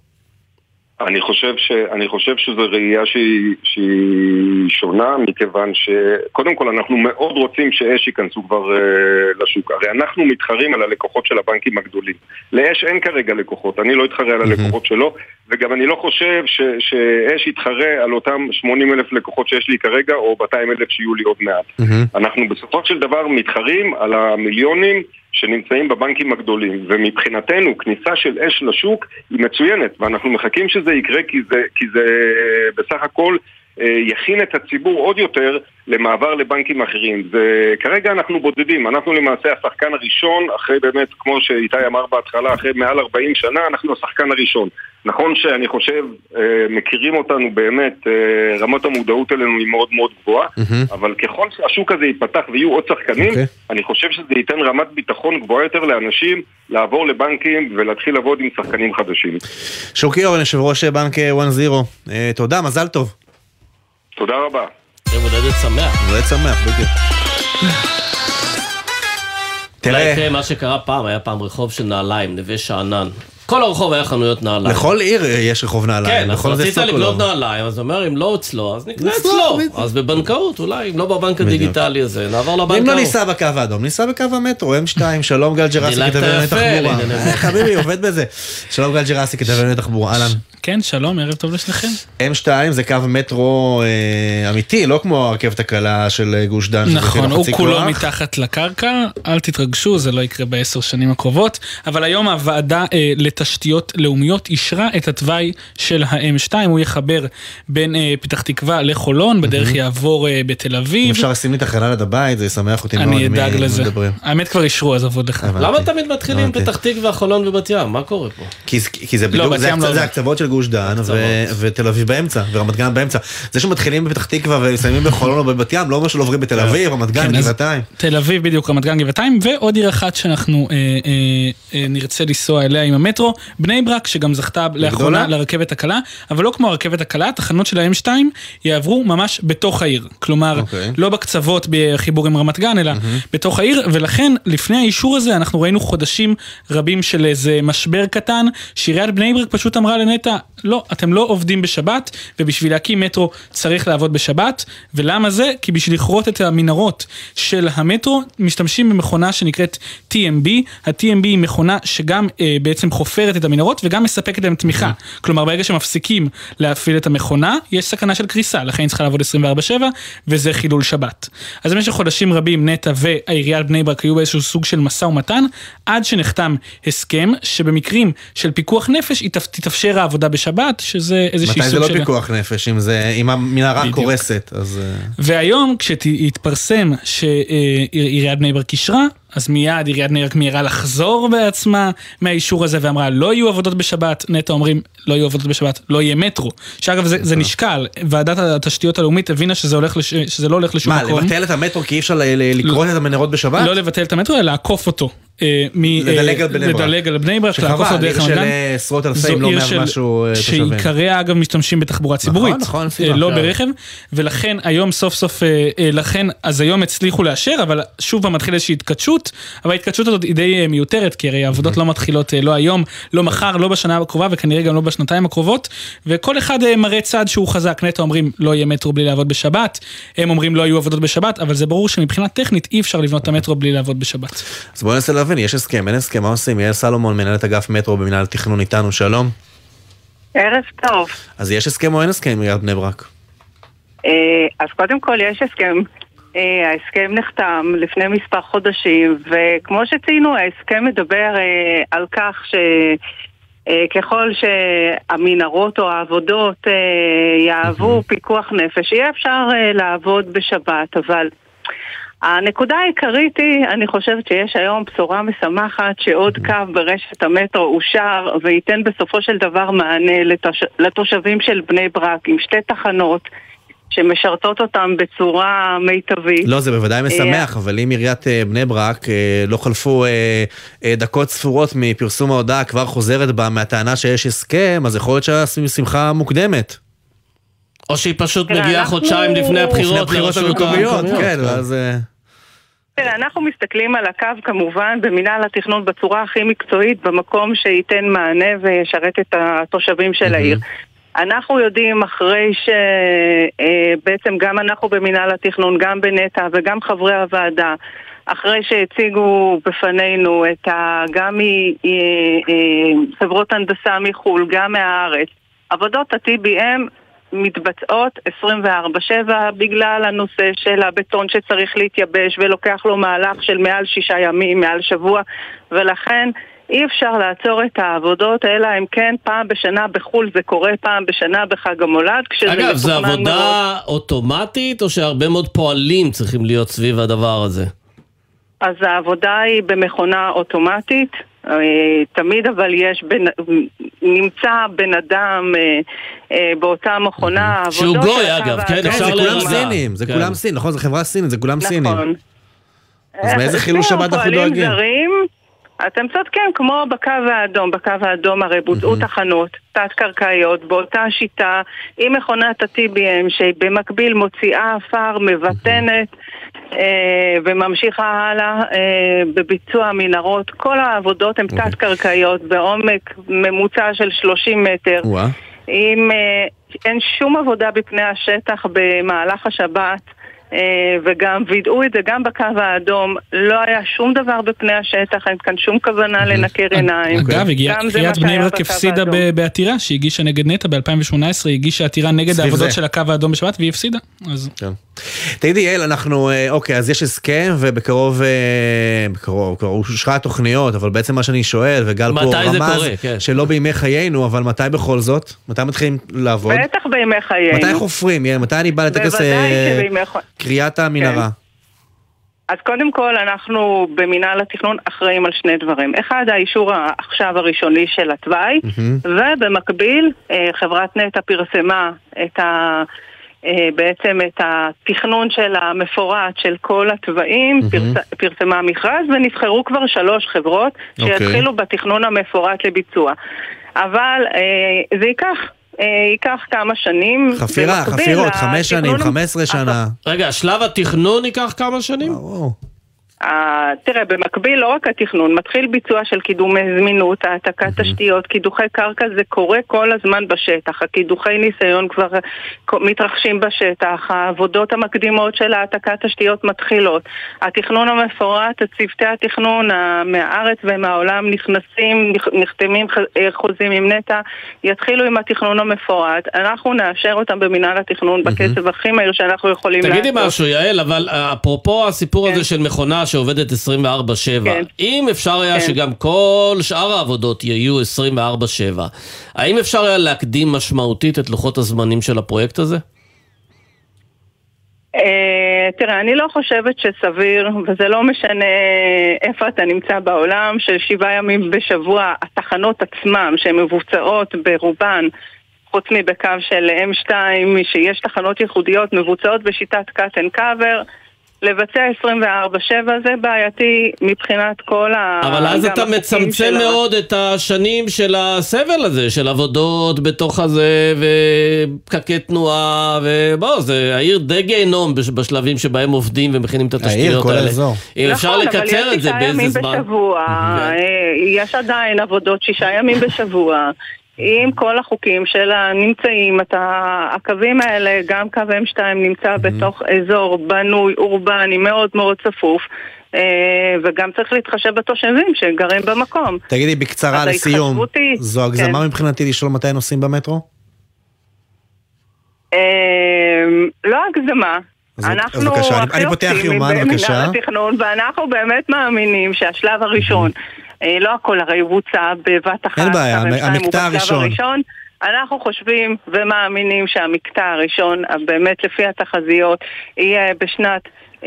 אני חושב שזו ראייה שהיא שונה, מכיוון שקודם כל אנחנו מאוד רוצים שאש ייכנסו כבר לשוק. הרי אנחנו מתחרים על הלקוחות של הבנקים הגדולים. לאש אין כרגע לקוחות, אני לא אתחרה על הלקוחות שלו, וגם אני לא חושב שאש יתחרה על אותם 80,000 לקוחות שיש לי כרגע, או 200,000 שיהיו לי עוד מעט. אנחנו בסופו של דבר מתחרים על המיליונים שנמצאים בבנקים הגדולים, ומבחינתנו כניסה של אש לשוק היא מצוינת, ואנחנו מחכים שזה יקרה, כי זה בסך הכל יכין את הציבור עוד יותר למעבר לבנקים אחרים. וכרגע אנחנו בודדים, אנחנו למעשה השחקן הראשון, אחרי באמת, כמו שאיתי אמר בהתחלה, אחרי מעל 40 שנה, אנחנו השחקן הראשון. נכון שאני חושב, מכירים אותנו באמת, רמת המודעות אלינו היא מאוד מאוד גבוהה, אבל ככל שהשוק הזה ייפתח ויהיו עוד שחקנים, אני חושב שזה ייתן רמת ביטחון גבוהה יותר לאנשים לעבור לבנקים ולהתחיל לעבוד עם שחקנים חדשים. שוקי אורן, יושב ראש בנק 1-0, תודה, מזל טוב. תודה רבה. יום הולדת שמח. הולדת שמח, בדיוק. תראה, מה שקרה פעם, היה פעם רחוב של נעליים, נווה שאנן. כל הרחוב היה חנויות נעליים. לכל עיר יש רחוב נעליים. כן, אז רצית לקנות נעליים, אז אומר, אם לא אצלו, אז נקנה אצלו. אז בבנקאות, אולי, אם לא בבנק הדיגיטלי הזה, נעבור לבנקאות. אם לא ניסע בקו האדום, ניסע בקו המטרו, M2, שלום גל ג'רסי, כתב ענייני תחבורה. חביבי, עובד בזה. שלום גל ג'רסי, כתב ענייני תחבורה, אהלן. כן, שלום, ערב טוב לשניכם. M2 זה קו מטרו אמיתי, לא כמו הרכבת הקלה של גוש דן. נכון, הוא כולו מתחת לקרקע, אל תתרגשו, זה לא יקרה ב10 שנים הקרובות, אבל היום הוועדה לתשתיות לאומיות אישרה את התוואי של ה-M2, הוא יחבר בין פתח תקווה לחולון, בדרך יעבור בתל אביב. אם אפשר לשים לי את החלל עד הבית, זה ישמח אותי מאוד. אני אדאג לזה. האמת כבר אישרו, אז עבוד לך. למה תמיד מתחילים פתח תקווה, חולון ובת ים? מה קורה פה? כי זה בדיוק, זה הקצוות של גוש דן, ותל אביב באמצע, ורמת גן באמצע. זה שמתחילים בפתח תקווה ומסיימים בחולון או בבת ים, לא אומר שלא עוברים בתל אביב, רמת גן, גבעתיים. תל אביב בדיוק, רמת גן, גבעתיים, ועוד עיר אחת שאנחנו נרצה לנסוע אליה עם המטרו, בני ברק, שגם זכתה לאחרונה לרכבת הקלה, אבל לא כמו הרכבת הקלה, התחנות של ה-M2 יעברו ממש בתוך העיר. כלומר, לא בקצוות בחיבור עם רמת גן, אלא בתוך העיר, ולכן לפני האישור הזה אנחנו ראינו חודשים רבים של איזה משבר קטן, שעיריית בני ברק פשוט אמרה לנטע, לא, אתם לא עובדים בשבת, ובשביל להקים מטרו צריך לעבוד בשבת, ולמה זה? כי בשביל לכרות את המנהרות של המטרו, משתמשים במכונה שנקראת TMB, ה-TMB היא מכונה שגם בעצם חופרת חופרת את המנהרות וגם מספקת להם תמיכה. כלומר, ברגע שמפסיקים להפעיל את המכונה, יש סכנה של קריסה, לכן היא צריכה לעבוד 24/7, וזה חילול שבת. אז במשך חודשים רבים, נטע והעיריית בני ברק היו באיזשהו סוג של משא ומתן, עד שנחתם הסכם, שבמקרים של פיקוח נפש, תתאפשר העבודה בשבת, שזה איזושהי סוג של... מתי זה לא פיקוח נפש, אם המנהרה קורסת, אז... והיום, כשהתפרסם שעיריית בני ברק אישרה, אז מיד עיריית בני ברק מהירה לחזור בעצמה מהאישור הזה, ואמרה, לא יהיו עבודות בשבת, נטע אומרים, לא יהיו עבודות בשבת, לא יהיה מטרו. שאגב, זה נשקל, ועדת התשתיות הלאומית הבינה שזה לא הולך לשום מקום. מה, לבטל את המטרו כי אי אפשר לקרות את המנהרות בשבת? לא לבטל את המטרו, אלא לעקוף אותו. לדלג על בני ברק, לעקוף אותו דרך המגן. של עשרות אלפים, לא מעט משהו תושבים. שעיקריה אגב משתמשים בתחבורה ציבורית, לא ברכב, ולכן היום סוף סוף, אז היום הצליחו לאשר, אבל שוב פעם מתחיל איזושהי התקדשות, אבל ההתקדשות הזאת היא די מיותרת, כי הרי העבודות לא מתחילות לא היום, לא מחר, לא בשנה הקרובה, וכנראה גם לא בשנתיים הקרובות, וכל אחד מראה צד שהוא חזק. נטע אומרים לא יהיה מטרו בלי לעבוד בשבת, הם אומרים לא יהיו עבודות בשבת, אבל זה ברור שמבחינה טכנית אי אפשר לבנות את המטרו בלי לעבוד בשבת. אז בואו ננסה להבין, יש הסכם, אין הסכם, מה עושים? יעל סלומון, מנהלת אגף מטרו במנהל תכנון איתנו, שלום. ערב טוב. אז יש הסכם או אין הסכם עיריית בני ברק? אז קודם כל יש הסכם. ההסכם נחתם לפני מספר חודשים, וכמו שציינו, ההסכם מדבר על כך שככל שהמנהרות או העבודות יעבו פיקוח נפש, יהיה אפשר לעבוד בשבת, אבל הנקודה העיקרית היא, אני חושבת שיש היום בשורה משמחת שעוד קו ברשת המטרו אושר וייתן בסופו של דבר מענה לתושבים של בני ברק עם 2 תחנות שמשרתות אותם בצורה מיטבית. לא, זה בוודאי משמח, אבל אם עיריית בני ברק לא חלפו דקות ספורות מפרסום ההודעה כבר חוזרת בה מהטענה שיש הסכם, אז יכול להיות שהשמחה מוקדמת. או שהיא פשוט מגיעה חודשיים לפני הבחירות המקומיות, כן, ואז... אנחנו מסתכלים על הקו כמובן במנהל התכנון בצורה הכי מקצועית, במקום שייתן מענה וישרת את התושבים של העיר. אנחנו יודעים אחרי שבעצם גם אנחנו במנהל התכנון, גם בנטע וגם חברי הוועדה, אחרי שהציגו בפנינו גם מחברות הנדסה מחול, גם מהארץ, עבודות ה-TBM מתבצעות 24/7 בגלל הנושא של הבטון שצריך להתייבש ולוקח לו מהלך של מעל 6 ימים, מעל שבוע, ולכן אי אפשר לעצור את העבודות, אלא אם כן פעם בשנה בחול, זה קורה פעם בשנה בחג המולד. אגב, זה עבודה אוטומטית או שהרבה מאוד פועלים צריכים להיות סביב הדבר הזה? אז העבודה היא במכונה אוטומטית, תמיד אבל נמצא בן אדם באותה מכונה. שהוא גוי אגב, כן, זה כולם סינים, זה כולם סין, נכון? זה חברה סינית, זה כולם סינים. אז מאיזה חילול שבת אנחנו דואגים? אתם צודקים, כמו בקו האדום הרי בוצעו תחנות תת-קרקעיות באותה שיטה עם מכונת ה-TBM שבמקביל מוציאה אפר, מבטנת וממשיכה הלאה בביצוע מנהרות. כל העבודות הן תת-קרקעיות בעומק ממוצע של 30 מטר. אין שום עבודה בפני השטח במהלך השבת, וגם וידאו את זה גם בקו האדום, לא היה שום דבר בפני השטח, אין כאן שום כוונה לנקר עיניים. אגב, עיריית בני ברק הפסידה בעתירה שהגישה נגד נטע ב-2018, הגישה עתירה נגד העבודות של הקו האדום בשבת והיא הפסידה. תגידי יעל, אנחנו, אוקיי, אז יש הסכם ובקרוב אושרה התוכניות, אבל בעצם מה שאני שואל, וגל פה רמז שלא בימי חיינו, אבל מתי בכל זאת? מתי מתחילים לעבוד? בטח בימי חיינו. מתי חופרים? מתי אני בא לטקס קריאת המנהרה? אז קודם כל אנחנו במנהל התכנון אחראים על 2 דברים. אחד, האישור עכשיו הראשוני של התוואי, ובמקביל חברת נטע פרסמה בעצם את התכנון של המפורט של כל התוואים, פרסמה מכרז, ונבחרו כבר 3 חברות שיתחילו בתכנון המפורט לביצוע. אבל זה ייקח כמה שנים. חפירות, 5 שנים, 15 שנה. רגע, שלב התכנון ייקח כמה שנים? תראה, במקביל לא רק התכנון, מתחיל ביצוע של קידומי זמינות, העתקת תשתיות, קידוחי קרקע, זה קורה כל הזמן בשטח, הקידוחי ניסיון כבר מתרחשים בשטח, העבודות המקדימות של העתקת תשתיות מתחילות, התכנון המפורט, צוותי התכנון מהארץ ומהעולם נחתמים חוזים עם נטע, יתחילו עם התכנון המפורט, אנחנו נאשר אותם במנהל התכנון בקצב הכי מהיר שאנחנו יכולים לעשות. תגידי משהו, יעל, אבל אפרופו הסיפור הזה של מכונה שעובדת 24/7. אם אפשר היה שגם כל שאר העבודות יהיו 24/7, האם אפשר היה להקדים משמעותית את לוחות הזמנים של הפרויקט הזה? תראה, אני לא חושבת שסביר, וזה לא משנה איפה אתה נמצא בעולם, של 7 ימים בשבוע, התחנות עצמם שהן מבוצעות ברובן, חוץ מבקו של M2, שיש תחנות ייחודיות מבוצעות בשיטת cut and cover, לבצע 24/7 זה בעייתי מבחינת כל אבל אז אתה מצמצם מאוד את השנים של הסבל הזה, של עבודות בתוך הזה ופקקי תנועה, ובוא, זה העיר די גיהנום בשלבים שבהם עובדים ומכינים את התשתיות האלה. אם אפשר לקצר את זה באיזה זמן. יש עדיין עבודות 6 ימים בשבוע. עם כל החוקים שלה נמצאים, הקווים האלה, גם קו M2 נמצא בתוך אזור בנוי, אורבני, מאוד מאוד צפוף, וגם צריך להתחשב בתושבים שגרים במקום. תגידי בקצרה לסיום, זו הגזמה מבחינתי לשאול מתי נוסעים במטרו? לא הגזמה. אנחנו אני פותח יומן, בבקשה. ואנחנו באמת מאמינים שהשלב הראשון, לא הכל הרי יבוצע בבת אחת. אין בעיה, המקטע הראשון. אנחנו חושבים ומאמינים שהמקטע הראשון, באמת לפי התחזיות, יהיה בשנת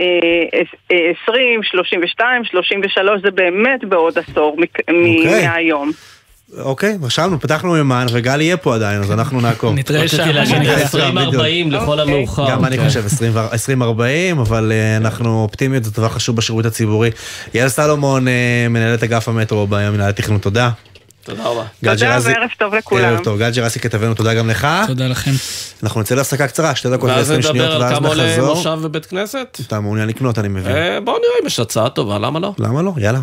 20, 32, 33, זה באמת בעוד עשור מהיום. אוקיי, רשמנו, פתחנו יומן, וגל יהיה פה עדיין, אז אנחנו נעקוב. נתראה שם. 2040 לכל המאוחר. גם אני חושב 2040, אבל אנחנו אופטימיות, זה דבר חשוב בשירות הציבורי. יעל סלומון, מנהלת אגף המטרו במנהל התכנון, תודה. תודה רבה. תודה וערב טוב לכולם. ערב טוב, גל ג'רסי כתבנו, תודה גם לך. תודה לכם. אנחנו נצא להפסקה קצרה, 2 דקות ו20 שניות, ואז נחזור. ואז נדבר על כמה למושב ובית כנסת? אתה מעוניין לקנות, אני מבין. בואו נראה אם יש הצעה טובה, למה לא? למה לא? יאללה.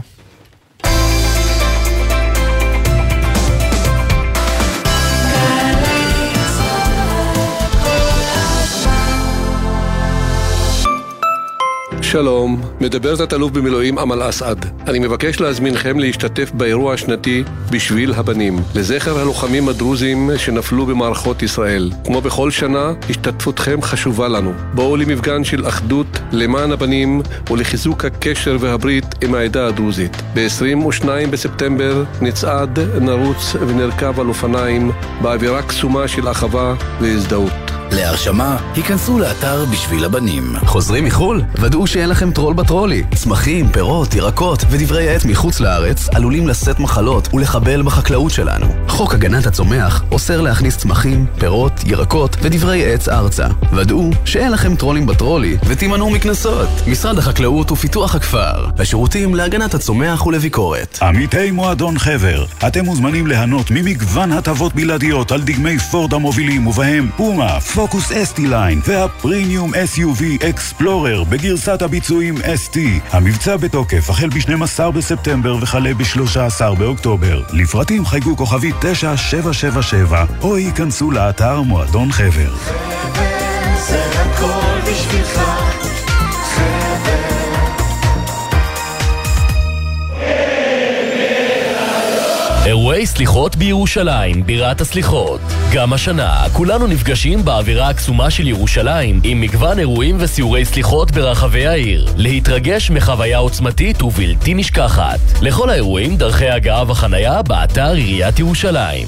שלום, מדבר תת-אלוף במילואים אמל אסעד. אני מבקש להזמינכם להשתתף באירוע השנתי בשביל הבנים, לזכר הלוחמים הדרוזים שנפלו במערכות ישראל. כמו בכל שנה, השתתפותכם חשובה לנו. בואו למפגן של אחדות למען הבנים ולחיזוק הקשר והברית עם העדה הדרוזית. ב-22 בספטמבר נצעד, נרוץ ונרכב על אופניים באווירה קסומה של אחווה והזדהות. להרשמה, היכנסו לאתר בשביל הבנים. חוזרים מחול? ודאו שאין לכם טרול בטרולי. צמחים, פירות, ירקות ודברי עץ מחוץ לארץ עלולים לשאת מחלות ולחבל בחקלאות שלנו. חוק הגנת הצומח אוסר להכניס צמחים, פירות, ירקות ודברי עץ ארצה. ודאו שאין לכם טרולים בטרולי ותימנעו מכנסות. משרד החקלאות ופיתוח הכפר, השירותים להגנת הצומח ולביקורת. עמיתי מועדון חבר, אתם מוזמנים ליהנות ממגוון הטבות בלעדיות על דגמי פורד המובילים ובהם פומה, פוקוס ST ליין והפרימיום SUV אקספלורר בגרסת הביצועים ST. המבצע בתוקף החל ב-12 בספטמבר וחלה ב-13 באוקטובר. לפרטים חייגו כוכבי 9777 או ייכנסו לאתר מועדון חבר. זה הכל בשבילך אירועי סליחות בירושלים, בירת הסליחות. גם השנה, כולנו נפגשים באווירה הקסומה של ירושלים, עם מגוון אירועים וסיורי סליחות ברחבי העיר. להתרגש מחוויה עוצמתית ובלתי נשכחת. לכל האירועים, דרכי הגעה וחנייה באתר עיריית ירושלים.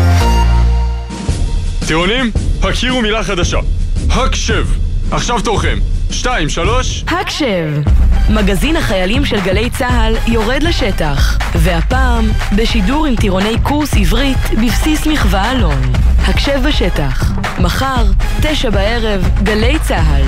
טירונים, הכירו מילה חדשה. הקשב. עכשיו תורכם. 2, 3. הקשב. מגזין החיילים של גלי צהל יורד לשטח, והפעם בשידור עם טירוני קורס עברית בבסיס מחווה אלון. הקשב בשטח. מחר, 9 בערב, גלי צהל.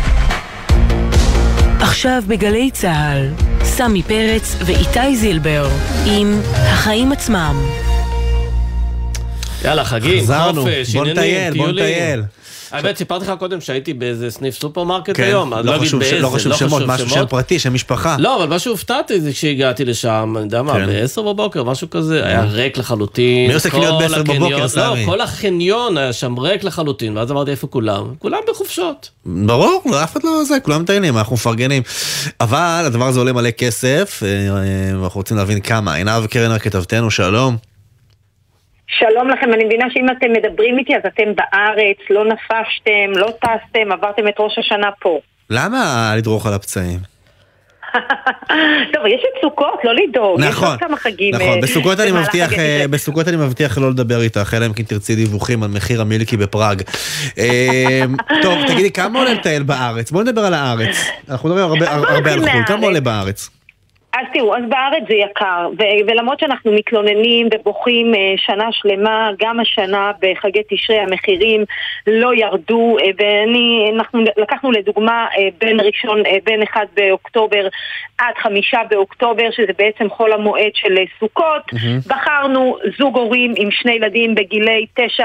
עכשיו בגלי צהל, סמי פרץ ואיתי זילבר עם החיים עצמם. יאללה, חגים, חופש, עניינים, טיולים. בוא נטייל. האמת, סיפרתי לך קודם שהייתי באיזה סניף סופרמרקט היום. לא חשוב שמות, משהו שם פרטי, שם משפחה. לא, אבל משהו הופתעתי זה כשהגעתי לשם, אני יודע מה, ב-10 בבוקר, משהו כזה, היה ריק לחלוטין. מי עושה קניות ב-10 בבוקר, סמי? כל החניון היה שם ריק לחלוטין, ואז אמרתי איפה כולם? כולם בחופשות. ברור, אף אחד לא זה, כולם טיינים, אנחנו מפרגנים. אבל הדבר הזה עולה מלא כסף, אנחנו רוצים להבין כמה. עינב קרנר כתבתנו, שלום. שלום לכם, אני מבינה שאם אתם מדברים איתי אז אתם בארץ, לא נפשתם, לא טסתם, עברתם את ראש השנה פה. למה לדרוך על הפצעים? טוב, יש את סוכות, לא לדאוג. נכון, יש עוד כמה חגים. נכון. בסוכות אני מבטיח לא לדבר איתך, אלא אם כן תרצי דיווחים על מחיר המילקי בפראג. טוב, תגידי, כמה עולה לטייל בארץ? בואו נדבר על הארץ. אנחנו מדברים הרבה על חול. כמה עולה בארץ? אז תראו, אז בארץ זה יקר, ולמרות שאנחנו מתלוננים ובוכים שנה שלמה, גם השנה בחגי תשרי המחירים לא ירדו, ואנחנו לקחנו לדוגמה בין 1 באוקטובר עד 5 באוקטובר, שזה בעצם חול המועד של סוכות, בחרנו זוג הורים עם 2 ילדים בגילי 9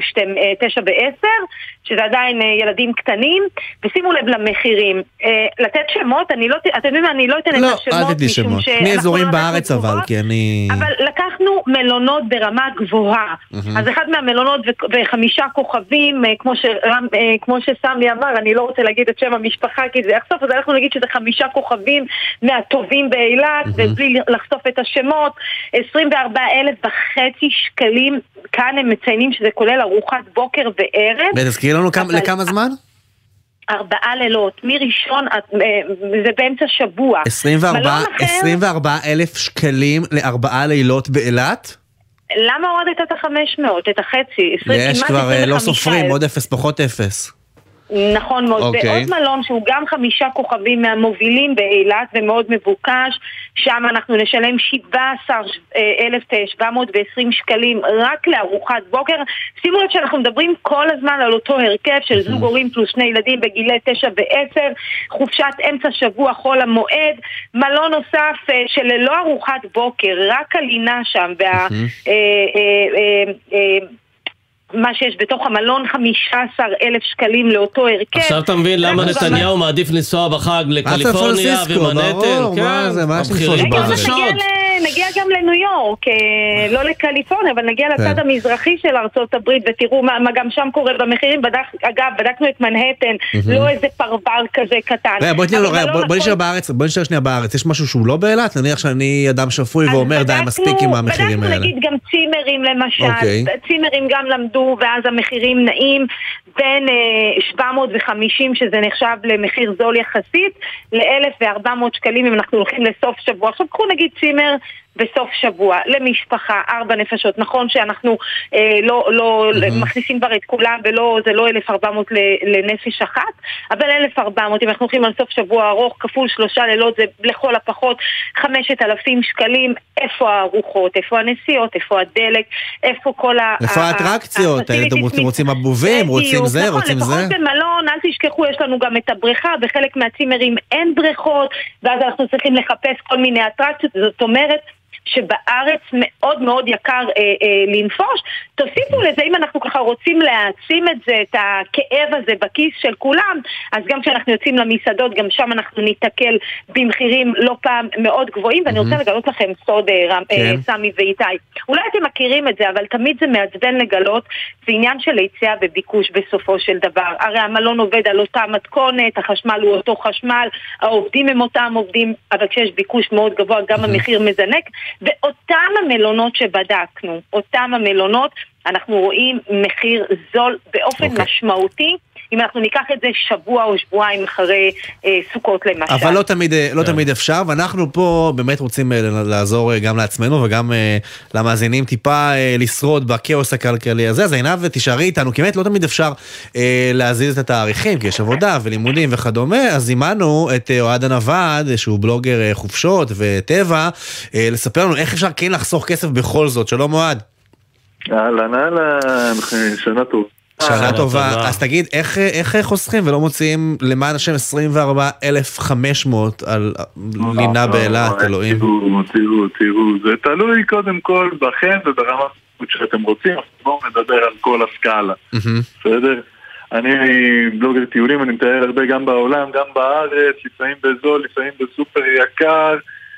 ו10, שזה עדיין ילדים קטנים, ושימו לב למחירים. לתת שמות, אני לא אתן את השמות, שמות. מי אזורים בארץ אבל, כי אני... אבל לקחנו מלונות ברמה גבוהה. אז אחד מהמלונות ו5 כוכבים, כמו שסמי אמר, אני לא רוצה להגיד את שם המשפחה, כי זה יחשוף, אז אנחנו נגיד שזה 5 כוכבים מהטובים באילת, ובלי לחשוף את השמות, 24,500 שקלים, כאן הם מציינים שזה כולל ארוחת בוקר וערב. ותזכירי לנו לכמה זמן? 4 לילות, מראשון, זה באמצע שבוע. 24,000 שקלים ל4 לילות באילת? למה הורדת את 500, את החצי? יש כבר לא סופרים, עוד 0 פחות 0. נכון מאוד, ועוד מלון שהוא גם 5 כוכבים מהמובילים באילת ומאוד מבוקש, שם אנחנו נשלם 17,720 שקלים רק לארוחת בוקר. שימו לב שאנחנו מדברים כל הזמן על אותו הרכב של זוג הורים פלוס 2 ילדים בגילי 9 ו10, חופשת אמצע שבוע חול המועד, מלון נוסף שללא ארוחת בוקר, רק הלינה שם, מה שיש בתוך המלון 15,000 שקלים לאותו הרכב. עכשיו אתה מבין למה נתניהו מעדיף לנסוע בחג לקליפורניה ומנהטן? נגיע גם לניו יורק, לא לקליפורניה, אבל נגיע לצד המזרחי של ארצות הברית, ותראו מה גם שם קורה במחירים. אגב, בדקנו את מנהטן, לא איזה פרבר כזה קטן. בוא נשאר שנייה בארץ, יש משהו שהוא לא באילת? נניח שאני אדם שפוי ואומר די מספיק עם המחירים האלה. בדקנו נגיד גם צימרים למשל, צימרים גם למדו, ואז המחירים נעים בין 750, שזה נחשב למחיר זול יחסית, ל-1,400 שקלים אם אנחנו הולכים לסוף שבוע. עכשיו קחו נגיד צימר בסוף שבוע, למשפחה, 4 נפשות. נכון שאנחנו לא מכניסים כבר את כולם, זה לא 1,400 לנפש אחת, אבל 1,400, אם אנחנו הולכים על סוף שבוע ארוך, כפול 3 לילות, זה לכל הפחות 5,000 שקלים. איפה הארוחות, איפה הנסיעות, איפה הדלק, איפה כל איפה האטרקציות, אתם רוצים אבובים, רוצים זה, רוצים זה. לפחות במלון, אל תשכחו, יש לנו גם את הבריכה, בחלק מהצימרים אין בריכות, ואז אנחנו צריכים לחפש כל מיני אטרקציות, זאת אומרת, שבארץ מאוד מאוד יקר לנפוש. תוסיפו לזה, אם אנחנו ככה רוצים להעצים את זה, את הכאב הזה בכיס של כולם, אז גם כשאנחנו יוצאים למסעדות, גם שם אנחנו ניתקל במחירים לא פעם מאוד גבוהים, ואני רוצה לגלות לכם סוד, סמי ואיתי. אולי אתם מכירים את זה, אבל תמיד זה מעצבן לגלות, זה עניין של היצע וביקוש בסופו של דבר. הרי המלון עובד על אותה מתכונת, החשמל הוא אותו חשמל, העובדים הם אותם עובדים, אבל כשיש ביקוש מאוד גבוה, גם המחיר מזנק. ואותם המלונות שבדקנו, אותם המלונות, אנחנו רואים מחיר זול באופן משמעותי, אם אנחנו ניקח את זה שבוע או שבועיים אחרי סוכות למשל. אבל לא תמיד אפשר, ואנחנו פה באמת רוצים לעזור גם לעצמנו וגם למאזינים טיפה לשרוד בכאוס הכלכלי הזה. אז עינב תישארי איתנו, כי באמת לא תמיד אפשר להזיז את התאריכים, כי יש עבודה ולימודים וכדומה. אז זימנו את אוהד הנווד, שהוא בלוגר חופשות וטבע, לספר לנו איך אפשר כן לחסוך כסף בכל זאת. שלום אוהד. אהלן, שנה טוב. שנה טובה. אז תגיד, איך חוסכים ולא מוציאים למען השם 24,500 על לינה באילת, אלוהים? תראו, זה תלוי קודם כל בכם וברמת שאתם רוצים, בואו נדבר על כל הסקאלה, בסדר? אני בלוגר טיולים, אני מתאר הרבה גם בעולם, גם בארץ, לפעמים בזול, לפעמים בסופר יקר,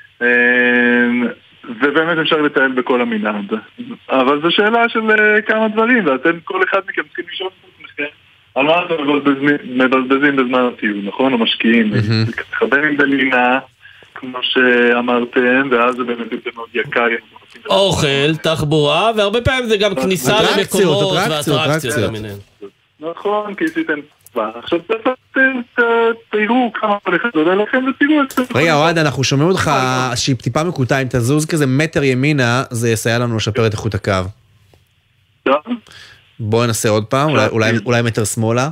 ובאמת אפשר לטייל בכל המנעד. אבל זו שאלה של כמה דברים, ואתם כל אחד מכם צריכים לשאול את עצמכם על מה אתם מבזבזים בזמן הטיול, נכון? או משקיעים. חבר עם בלינה, כמו שאמרתם, ואז זה באמת יותר מאוד יקר. אוכל, תחבורה, והרבה פעמים זה גם כניסה למקומות ואטרקציות למיניהן. נכון, כי עשיתם כבר. עכשיו תראו כמה הולכת עולה לכם ותראו את זה. רגע, אוהד, אנחנו שומעים אותך שהיא טיפה מקוטע, אם תזוז כזה מטר ימינה, זה יסייע לנו לשפר את איכות הקו. בואו ננסה עוד פעם, אולי מטר שמאלה.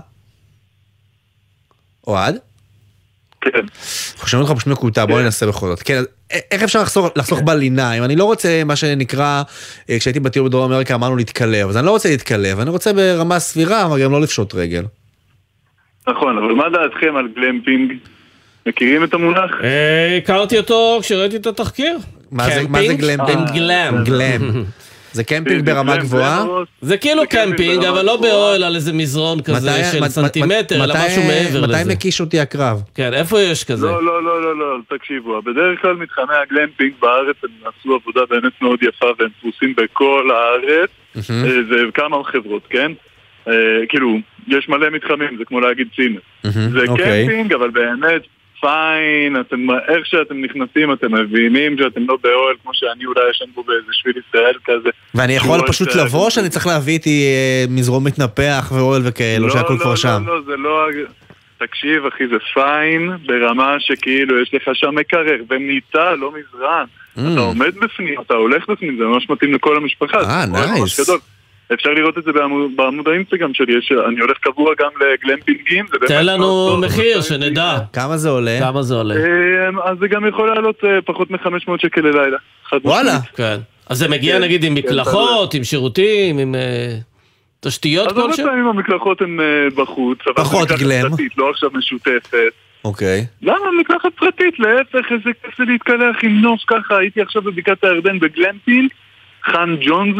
אוהד? כן. אנחנו שומעים אותך פשוט מקוטע, בואו ננסה בכל זאת. כן, איך אפשר לחסוך בלינה? אם אני לא רוצה מה שנקרא, כשהייתי בטיול בדרום אמריקה אמרנו להתקלב, אז אני לא רוצה להתקלב, אני רוצה ברמה סבירה, אבל גם לא לפשוט רגל. נכון, אבל מה דעתכם על גלמפינג? מכירים את המונח? הכרתי אותו כשראיתי את התחקיר. מה זה גלמפינג? גלם. זה קמפינג ברמה גבוהה? זה כאילו קמפינג, אבל לא באוהל על איזה מזרון כזה של סנטימטר, אלא משהו מעבר לזה. מתי מקיש אותי הקרב? כן, איפה יש כזה? לא, תקשיבו, בדרך כלל מתחמי הגלמפינג בארץ הם עשו עבודה באמת מאוד יפה, והם פרוסים בכל הארץ, זה כמה חברות, כן? כאילו, יש מלא מתחמים, זה כמו להגיד צימר. זה קמפינג, אבל באמת פיין, איך שאתם נכנסים, אתם מבינים שאתם לא באוהל, כמו שאני אולי ישן בו באיזה שביל ישראל כזה. ואני יכול פשוט לבוא, שאני צריך להביא איתי מזרום מתנפח ואוהל וכאלו, שהכל כבר שם. לא, זה לא... תקשיב, אחי, זה פיין, ברמה שכאילו יש לך שם מקרר, ומיטה, לא מזרן. אתה עומד בפנים, אתה הולך בפנים, זה ממש מתאים לכל המשפחה. נייס. אפשר לראות את זה בעמוד האינסטגרם שלי, אני הולך קבוע גם לגלמפינגים. תן לנו מחיר, שנדע. כמה זה עולה? אז זה גם יכול לעלות פחות מ-500 שקל ללילה. וואלה. כן. אז זה מגיע נגיד עם מקלחות, עם שירותים, עם תשתיות כלשהו? אז הרבה פעמים המקלחות הן בחוץ. פחות גלם. לא עכשיו משותפת. אוקיי. למה מקלחת פרטית? להפך, איזה כיף זה להתקלח עם נוף ככה. הייתי עכשיו בבקעת הירדן בגלמפינג. חן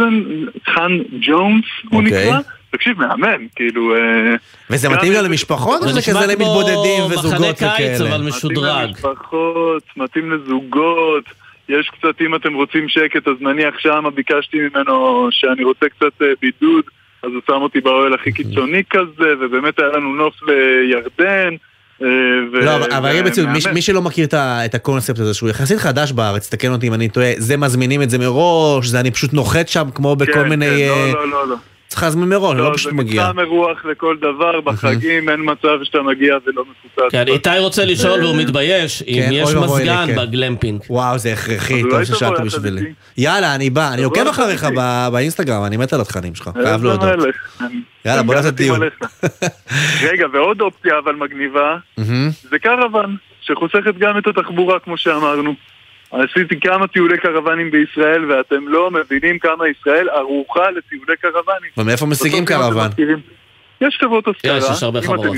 ג'ונס הוא נקרא, תקשיב, מאמן, כאילו... וזה מתאים גם למשפחות, או זה כזה למתבודדים וזוגות וכאלה? מחנה קיץ, אבל משודרג. מתאים למשפחות, מתאים לזוגות, יש קצת, אם אתם רוצים שקט, אז נניח שם ביקשתי ממנו שאני רוצה קצת בידוד, אז הוא שם אותי באוהל הכי קיצוני כזה, ובאמת היה לנו נוף לירדן, לא, אבל רגע בציוד, מי שלא מכיר את הקונספט הזה, שהוא יחסית חדש בארץ, תקן אותי אם אני טועה, זה מזמינים את זה מראש, זה אני פשוט נוחת שם כמו בכל מיני... לא. צריך להזמין מראש, לא פשוט מגיע. זה מתחם אירוח לכל דבר, בחגים אין מצב שאתה מגיע ולא מפוצץ. כן, איתי רוצה לשאול והוא מתבייש, אם יש מזגן בגלמפינג. וואו, זה הכרחי, טוב ששאלת בשבילי. יאללה, אני בא, אני עוקב אחריך באינסטגרם, אני מת על התכנים שלך, חייב להודות. יאללה, בוא נעשה טיול. רגע, ועוד אופציה אבל מגניבה, זה קרוון, שחוסכת גם את התחבורה כמו שאמרנו. עשיתי כמה טיולי קרוונים בישראל, ואתם לא מבינים כמה ישראל ערוכה לטיולי קרוונים. ומאיפה משיגים קרוון? יש חברות השכרה. יש הרבה חברות.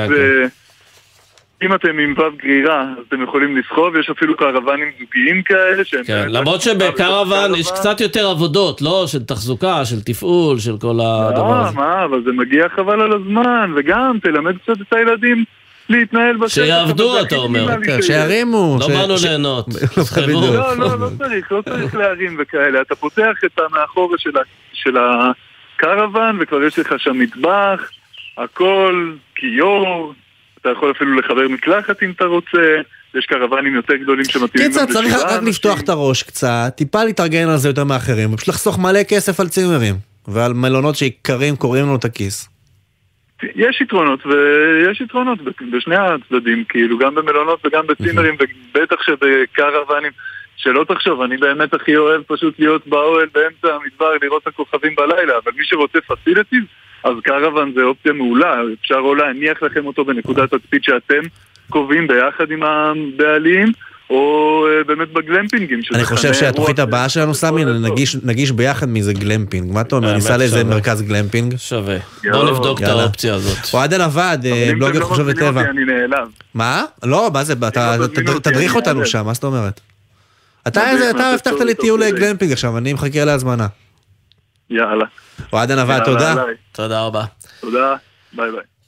אם אתם עם וו גרירה, אז אתם יכולים לסחוב, יש אפילו קרוונים זוגיים כאלה. כן, למרות שבקרוון יש קצת יותר עבודות, לא? של תחזוקה, של תפעול, של כל הדבר הזה. אבל זה מגיע חבל על הזמן, וגם תלמד קצת את הילדים. להתנהל בשטח. שיעבדו, אתה אומר. שירימו. לא באנו ליהנות. לא צריך להרים וכאלה. אתה פותח את המאחורה של הקרוון, וכבר יש לך שם מטבח, הכל, כיור, אתה יכול אפילו לחבר מקלחת אם אתה רוצה, יש קרוונים יותר גדולים שמתאימים. קיצר, צריך רק לפתוח את הראש קצת, טיפה להתארגן על זה יותר מאחרים, ופשוט לחסוך מלא כסף על צימרים, ועל מלונות שעיקרים קוראים לנו את הכיס. יש יתרונות, ויש יתרונות בשני הצדדים, כאילו, גם במלונות וגם בצימרים, ובטח שבקרוונים, שלא תחשוב, אני באמת הכי אוהב פשוט להיות באוהל באמצע המדבר, לראות את הכוכבים בלילה, אבל מי שרוצה פסיליטיז, אז קרוון זה אופציה מעולה, אפשר או להניח לכם אותו בנקודת התצפית שאתם קובעים ביחד עם הבעלים, או באמת בגלמפינגים. אני חושב שהתוכנית הבאה שלנו, סמי, נגיש ביחד מזה גלמפינג. מה אתה אומר? ניסה לאיזה מרכז גלמפינג? שווה. בוא נבדוק את האופציה הזאת. אוהד הנווד, בלוגר חושב לטבע. מה? לא, מה זה? אתה תדריך אותנו שם, מה זאת אומרת? אתה הבטחת לי טיול גלמפינג עכשיו, אני מחכה להזמנה. יאללה. אוהד הנווד, תודה. תודה רבה. תודה, ביי ביי.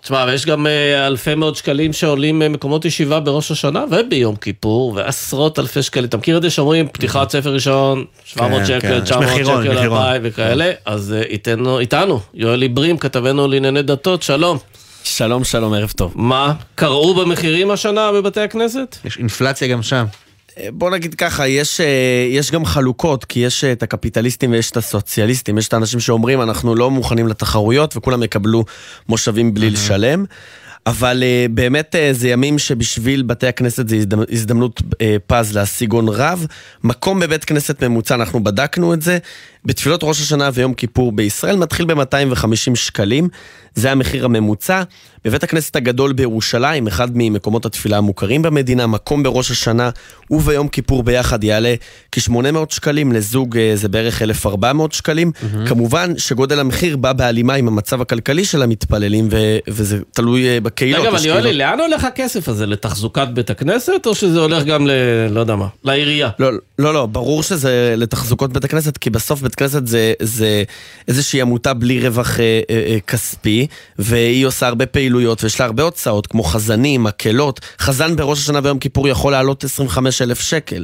תשמע, ויש גם אלפי מאוד שקלים שעולים מקומות ישיבה בראש השנה וביום כיפור, ועשרות אלפי שקלים. אתה מכיר את זה שאומרים, פתיחת ספר ראשון, 700 שקל, 900 שקל, 2,000 וכאלה, אז איתנו, יואל עיברים, כתבנו לענייני דתות, שלום. שלום, שלום, ערב טוב. מה, קראו במחירים השנה בבתי הכנסת? יש אינפלציה גם שם. בוא נגיד ככה, יש גם חלוקות, כי יש את הקפיטליסטים ויש את הסוציאליסטים, יש את האנשים שאומרים אנחנו לא מוכנים לתחרויות וכולם יקבלו מושבים בלי לשלם, אבל באמת זה ימים שבשביל בתי הכנסת זה הזדמנות פז להשיג הון רב. מקום בבית כנסת ממוצע, אנחנו בדקנו את זה, בתפילות ראש השנה ויום כיפור בישראל מתחיל ב-250 שקלים, זה המחיר הממוצע. בבית הכנסת הגדול בירושלים, אחד ממקומות התפילה המוכרים במדינה, מקום בראש השנה וביום כיפור ביחד יעלה כ-800 שקלים, לזוג זה בערך 1,400 שקלים. כמובן שגודל המחיר בא בהלימה עם המצב הכלכלי של המתפללים, וזה תלוי בקהילות. רגע, אבל יואלי, לאן הולך הכסף הזה? לתחזוקת בית הכנסת, או שזה הולך גם לא יודע מה, לעירייה? לא, ברור שזה לתחזוקות בית הכנסת, כי בסוף בית כנסת זה איזושהי עמותה בלי רווח כספי, והיא עושה הרבה פעילויות, ויש לה הרבה הוצאות, כמו חזנים, מקלות. חזן בראש השנה ויום כיפור יכול לעלות 25,000 שקל.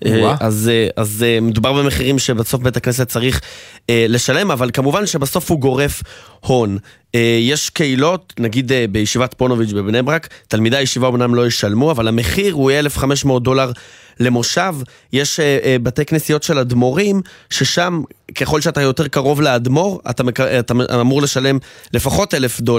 אז מדובר במחירים שבסוף בית הכנסת צריך לשלם, אבל כמובן שבסוף הוא גורף הון. יש קהילות, נגיד בישיבת פונוביץ' בבני ברק, תלמידי הישיבה אמנם לא ישלמו, אבל המחיר הוא $1,500 למושב. יש בתי כנסיות של אדמו"רים, ששם ככל שאתה יותר קרוב לאדמו"ר, אתה אמור לשלם לפחות $1,000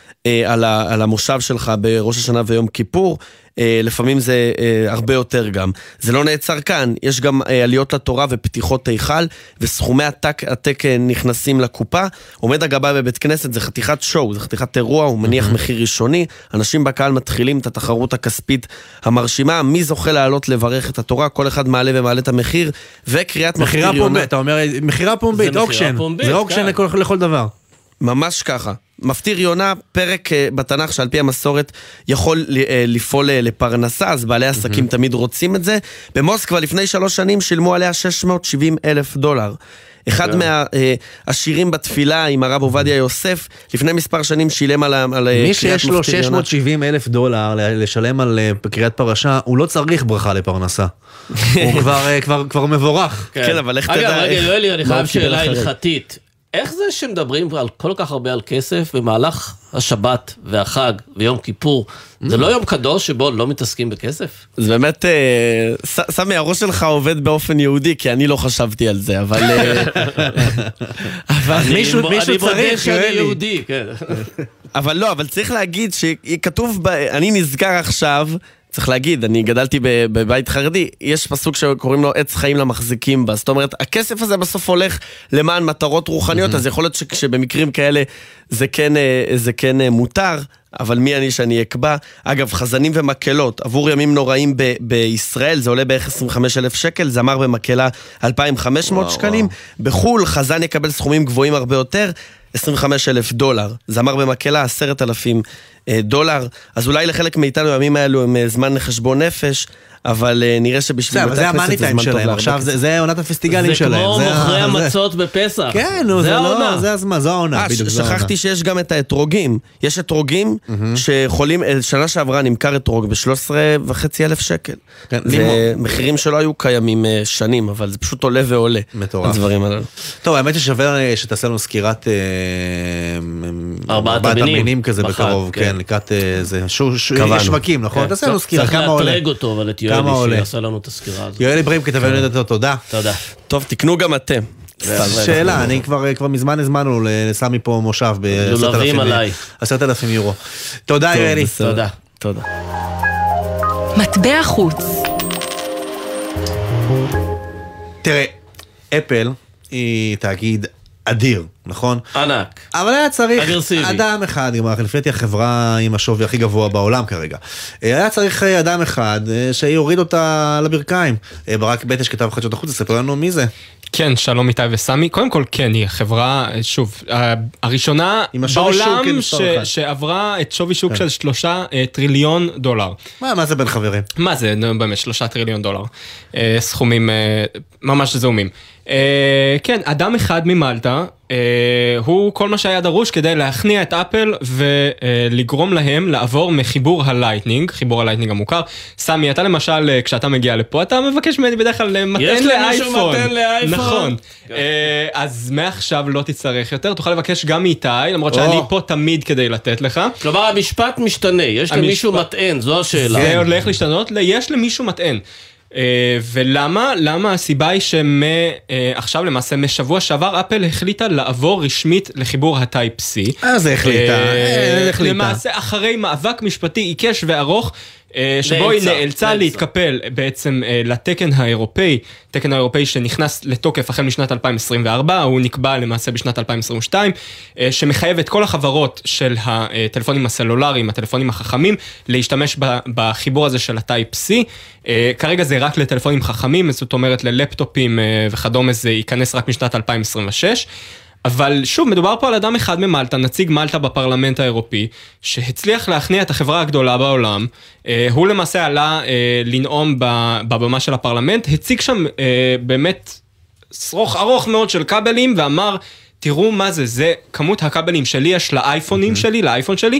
על המושב שלך בראש השנה ויום כיפור. לפעמים זה הרבה יותר גם. זה לא נעצר כאן, יש גם עליות לתורה ופתיחות היכל, וסכומי עתק נכנסים לקופה. עומד הגבאי בבית כנסת, זה חתיכת שואו, זה חתיכת אירוע, הוא מניח מחיר ראשוני, אנשים בקהל מתחילים את התחרות הכספית המרשימה, מי זוכה לעלות לברך את התורה, כל אחד מעלה ומעלה את המחיר, וקריאת מחירה פומבית, אתה אומר, מחירה פומבית, אוקשן, זה אוקשן לכל דבר. ממש ככה. מפטיר יונה, פרק בתנ"ך שעל פי המסורת יכול לפעול לפרנסה, אז בעלי עסקים תמיד רוצים את זה. במוסקבה לפני 3 שנים שילמו עליה $670,000. אחד מהשירים בתפילה עם הרב עובדיה יוסף, לפני מספר שנים שילם על מי שיש לו $670,000 לשלם על קריאת פרשה, הוא לא צריך ברכה לפרנסה. הוא כבר מבורך. כן, אבל איך תדע... אגב, רגע, יואלי, אני חייב שאלה הלכתית. איך זה שמדברים על כל כך הרבה על כסף במהלך השבת והחג ויום כיפור? זה לא יום קדוש שבו לא מתעסקים בכסף? זה באמת, סמי, הראש שלך עובד באופן יהודי, כי אני לא חשבתי על זה, אבל... מישהו צריך שאני יהודי, כן. אבל לא, אבל צריך להגיד שכתוב, אני נזכר עכשיו... צריך להגיד, אני גדלתי בבית חרדי, יש פסוק שקוראים לו עץ חיים למחזיקים בה, זאת אומרת, הכסף הזה בסוף הולך למען מטרות רוחניות, אז יכול להיות שבמקרים כאלה זה כן מותר, אבל מי אני שאני אקבע? אגב, חזנים ומקלות, עבור ימים נוראים בישראל, זה עולה בערך 25,000 שקל, זמר במקלה 2,500 שקלים, בחול חזן יקבל סכומים גבוהים הרבה יותר, $25,000, זמר במקלה $10,000, אז אולי לחלק מאיתנו הימים האלו הם זמן לחשבון נפש, אבל נראה שבשביל בתי הכנסת זה זמן טוב להרבה. עכשיו זה עונת הפסטיגלים שלהם. זה כמו מוכרי המצות בפסח. כן, זה הזמן, זו העונה. שכחתי שיש גם את האתרוגים. יש אתרוגים שיכולים, שנה שעברה נמכר אתרוג ב$13,500 שקל. זה מחירים שלא היו קיימים שנים, אבל זה פשוט עולה ועולה. מטורף. הדברים הללו. טוב, האמת ששווה שתעשה לנו סקירת 4 המינים כזה בקרוב, כן, לקראת זה. יש שווקים, נכון? תעשה לנו סקירה, כמה עולה. צריך לאתרג אותו, אבל את יואלי שיעשה לנו את הסקירה הזאת. יואלי עיברים, כתבנו לדעתו, תודה. תודה. טוב, תקנו גם אתם. שאלה, אני כבר מזמן הזמנו לסמי פה מושב ב$10,000. תודה יואלי. תודה. מטבע חוץ. תראה, אפל היא תאגיד אדיר, נכון? ענק. אבל היה צריך אגרסיבי. אדם אחד, לפי דעתי החברה עם השווי הכי גבוה בעולם כרגע. היה צריך אדם אחד שיוריד אותה לברכיים. ברק בטש כתב חדשות החוץ, ספר לנו מי זה. כן, שלום איתי וסמי. קודם כל, כן, היא החברה, שוב, הראשונה בעולם שעברה את שווי שוק של $3 טריליון. מה זה בין חברים? מה זה, באמת, $3 טריליון. סכומים ממש זעומים. כן, אדם אחד ממלטה הוא כל מה שהיה דרוש כדי להכניע את אפל ולגרום להם לעבור מחיבור הלייטנינג, חיבור הלייטנינג המוכר. סמי, אתה למשל, כשאתה מגיע לפה, אתה מבקש ממני בדרך כלל מתן לאייפון. יש למישהו מתן לאייפון. נכון. אז מעכשיו לא תצטרך יותר, תוכל לבקש גם מאיתי, למרות שאני פה תמיד כדי לתת לך. כלומר, המשפט משתנה, יש למישהו מתן, זו השאלה. זה הולך להשתנות, יש למישהו מתן. ולמה? למה? הסיבה היא שמעכשיו למעשה משבוע שעבר אפל החליטה לעבור רשמית לחיבור הטייפ-C. אז החליטה. למעשה אחרי מאבק משפטי עיקש וארוך, שבו היא נאלצה להתקפל בעצם לתקן האירופאי, תקן האירופאי שנכנס לתוקף החל משנת 2024, הוא נקבע למעשה בשנת 2022, שמחייב את כל החברות של הטלפונים הסלולריים, הטלפונים החכמים, להשתמש בחיבור הזה של הטייפ-C. כרגע זה רק לטלפונים חכמים, זאת אומרת ללפטופים וכדומה, זה ייכנס רק משנת 2026. אבל שוב, מדובר פה על אדם אחד ממלטה, נציג מלטה בפרלמנט האירופי, שהצליח להכניע את החברה הגדולה בעולם. הוא למעשה עלה לנאום בבמה של הפרלמנט, הציג שם באמת שרוך ארוך מאוד של כבלים, ואמר, תראו מה זה, זה כמות הכבלים שלי יש לאייפונים שלי, לאייפון שלי,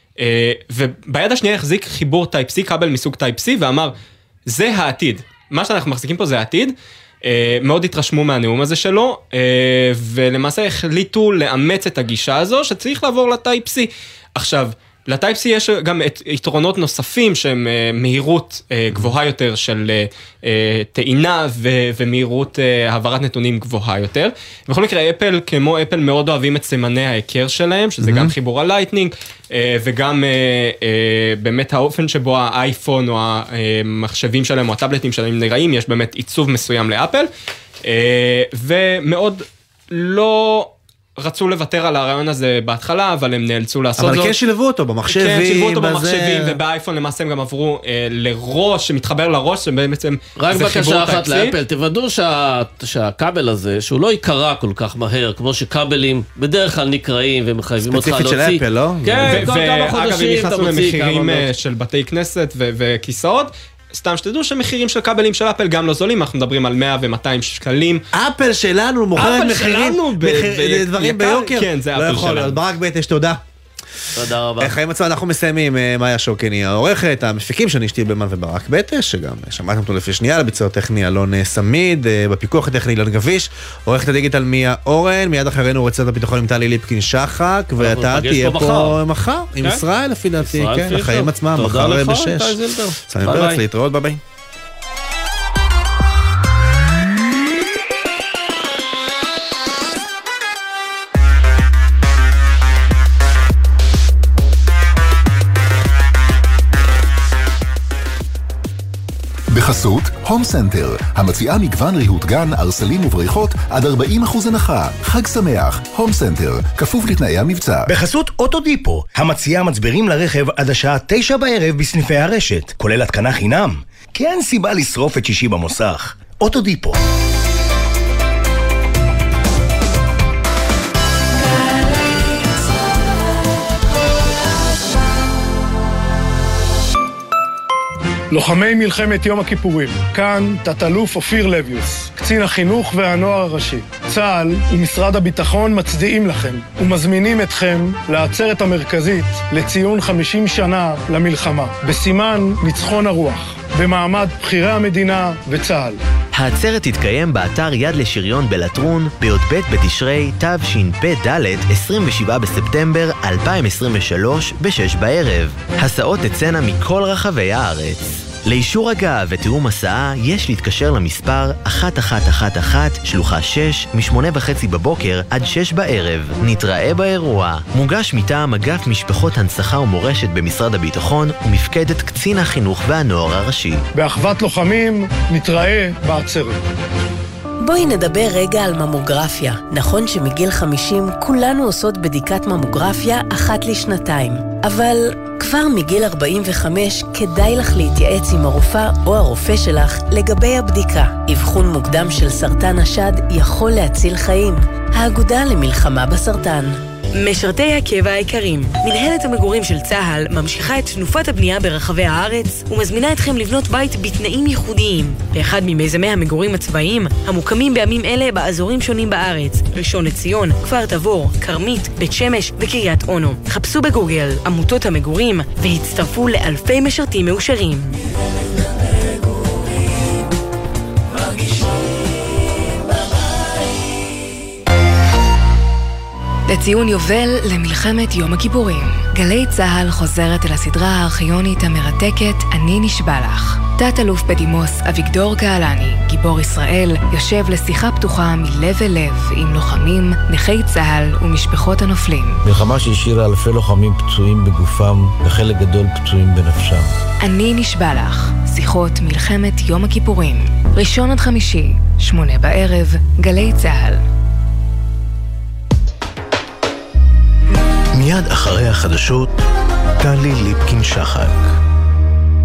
וביד השנייה החזיק חיבור טייפ-C, כבל מסוג טייפ-C, ואמר, זה העתיד. מה שאנחנו מחזיקים פה זה העתיד. מאוד התרשמו מהנאום הזה שלו, ולמעשה החליטו לאמץ את הגישה הזו, שצריך לעבור לטייפ-C. עכשיו, לטייפ-C יש גם יתרונות נוספים, שהם מהירות גבוהה יותר של טעינה, ומהירות העברת נתונים גבוהה יותר. בכל מקרה, אפל, כמו אפל, מאוד אוהבים את סימני ההיכר שלהם, שזה גם חיבור הלייטנינג, וגם באמת האופן שבו האייפון, או המחשבים שלהם, או הטאבלטים שלהם נראים, יש באמת עיצוב מסוים לאפל, ומאוד לא רצו לוותר על הרעיון הזה בהתחלה, אבל הם נאלצו לעשות זאת. אבל כן שילבו אותו במחשבים. כן, שילבו אותו במחשבים, ובאייפון למעשה הם גם עברו לראש, שמתחבר לראש, שבעצם רק בקשה אחת לאפל, תוודאו שהכבל הזה, שהוא לא יקרה כל כך מהר, כמו שכבלים בדרך כלל נקראים, ומחייבים אותך להוציא. ספציפית של אפל, לא? כן, כל כמה חודשים ואגב, הם נכנסו למחירים של בתי כנסת וכיסאות, סתם שתדעו שמחירים של כבלים של אפל גם לא זולים, אנחנו מדברים על 100 ו-200 שקלים. אפל שלנו מוכרת מחירים, דברים ביוקר. כן, זה אפל שלנו. ברק בטש, תודה. תודה רבה. חיים עצמם, אנחנו מסיימים. מאיה שוקני העורכת, המפיקים שאני שטיבלמן וברק בטש, שגם שמעתם אותו לפי שנייה, לביצוע טכני אלון סמיד, בפיקוח הטכני אילן גביש, עורכת הדיגיטל מיה אורן, מיד אחרינו רצת הביטחון עם טלי ליפקין שחק, ואתה תהיה פה מחר, עם ישראל לפי דעתי, כן, החיים עצמם, מחר ב-6. סמי פרץ, להתראות, ביי ביי. בחסות הום סנטר, המציעה מגוון ריהוט גן, ארסלים ובריכות עד 40% הנחה. חג שמח, הום סנטר, כפוף לתנאי המבצע. בחסות אוטודיפו, המציעה מצברים לרכב עד השעה 9 בערב בסניפי הרשת, כולל התקנה חינם. כי אין סיבה לשרוף את שישי במוסך. אוטודיפו. לוחמי מלחמת יום הכיפורים, כאן תת-אלוף אופיר לויוס, קצין החינוך והנוער הראשי. צה"ל ומשרד הביטחון מצדיעים לכם ומזמינים אתכם לעצרת המרכזית לציון 50 שנה למלחמה, בסימן ניצחון הרוח, במעמד בחירי המדינה וצה"ל. העצרת תתקיים באתר יד לשריון בלטרון בי"ב בתשרי תשפ"ד 27 בספטמבר 2023 ב-6 בערב. הסעות תצאנה מכל רחבי הארץ. לאישור הגעה ותיאום הסעה יש להתקשר למספר 1111 שלוחה 6 מ-8:30 בבוקר עד 6 בערב. נתראה באירוע. מוגש מטעם אגף משפחות הנצחה ומורשת במשרד הביטחון ומפקדת קצין החינוך והנוער הראשי. באחוות לוחמים נתראה בעצרת. בואי נדבר רגע על ממוגרפיה. נכון שמגיל 50 כולנו עושות בדיקת ממוגרפיה אחת לשנתיים. אבל כבר מגיל 45 כדאי לך להתייעץ עם הרופאה או הרופא שלך לגבי הבדיקה. אבחון מוקדם של סרטן השד יכול להציל חיים. האגודה למלחמה בסרטן. משרתי הקבע היקרים, מנהלת המגורים של צה"ל ממשיכה את תנופת הבנייה ברחבי הארץ ומזמינה אתכם לבנות בית בתנאים ייחודיים באחד ממיזמי המגורים הצבאיים המוקמים בימים אלה באזורים שונים בארץ: ראשון לציון, כפר תבור, כרמית, בית שמש וקריית אונו. חפשו בגוגל עמותות המגורים והצטרפו לאלפי משרתים מאושרים. לציון יובל למלחמת יום הכיפורים, גלי צהל חוזרת אל הסדרה הארכיונית המרתקת אני נשבע לך. תת-אלוף בדימוס אביגדור קהלני, גיבור ישראל, יושב לשיחה פתוחה מלב אל לב עם לוחמים, נכי צהל ומשפחות הנופלים. מלחמה שהשאירה אלפי לוחמים פצועים בגופם וחלק גדול פצועים בנפשם. אני נשבע לך, שיחות מלחמת יום הכיפורים, ראשון עד חמישי, 20:00, גלי צהל. מיד אחרי החדשות, טלי ליפקין שחק.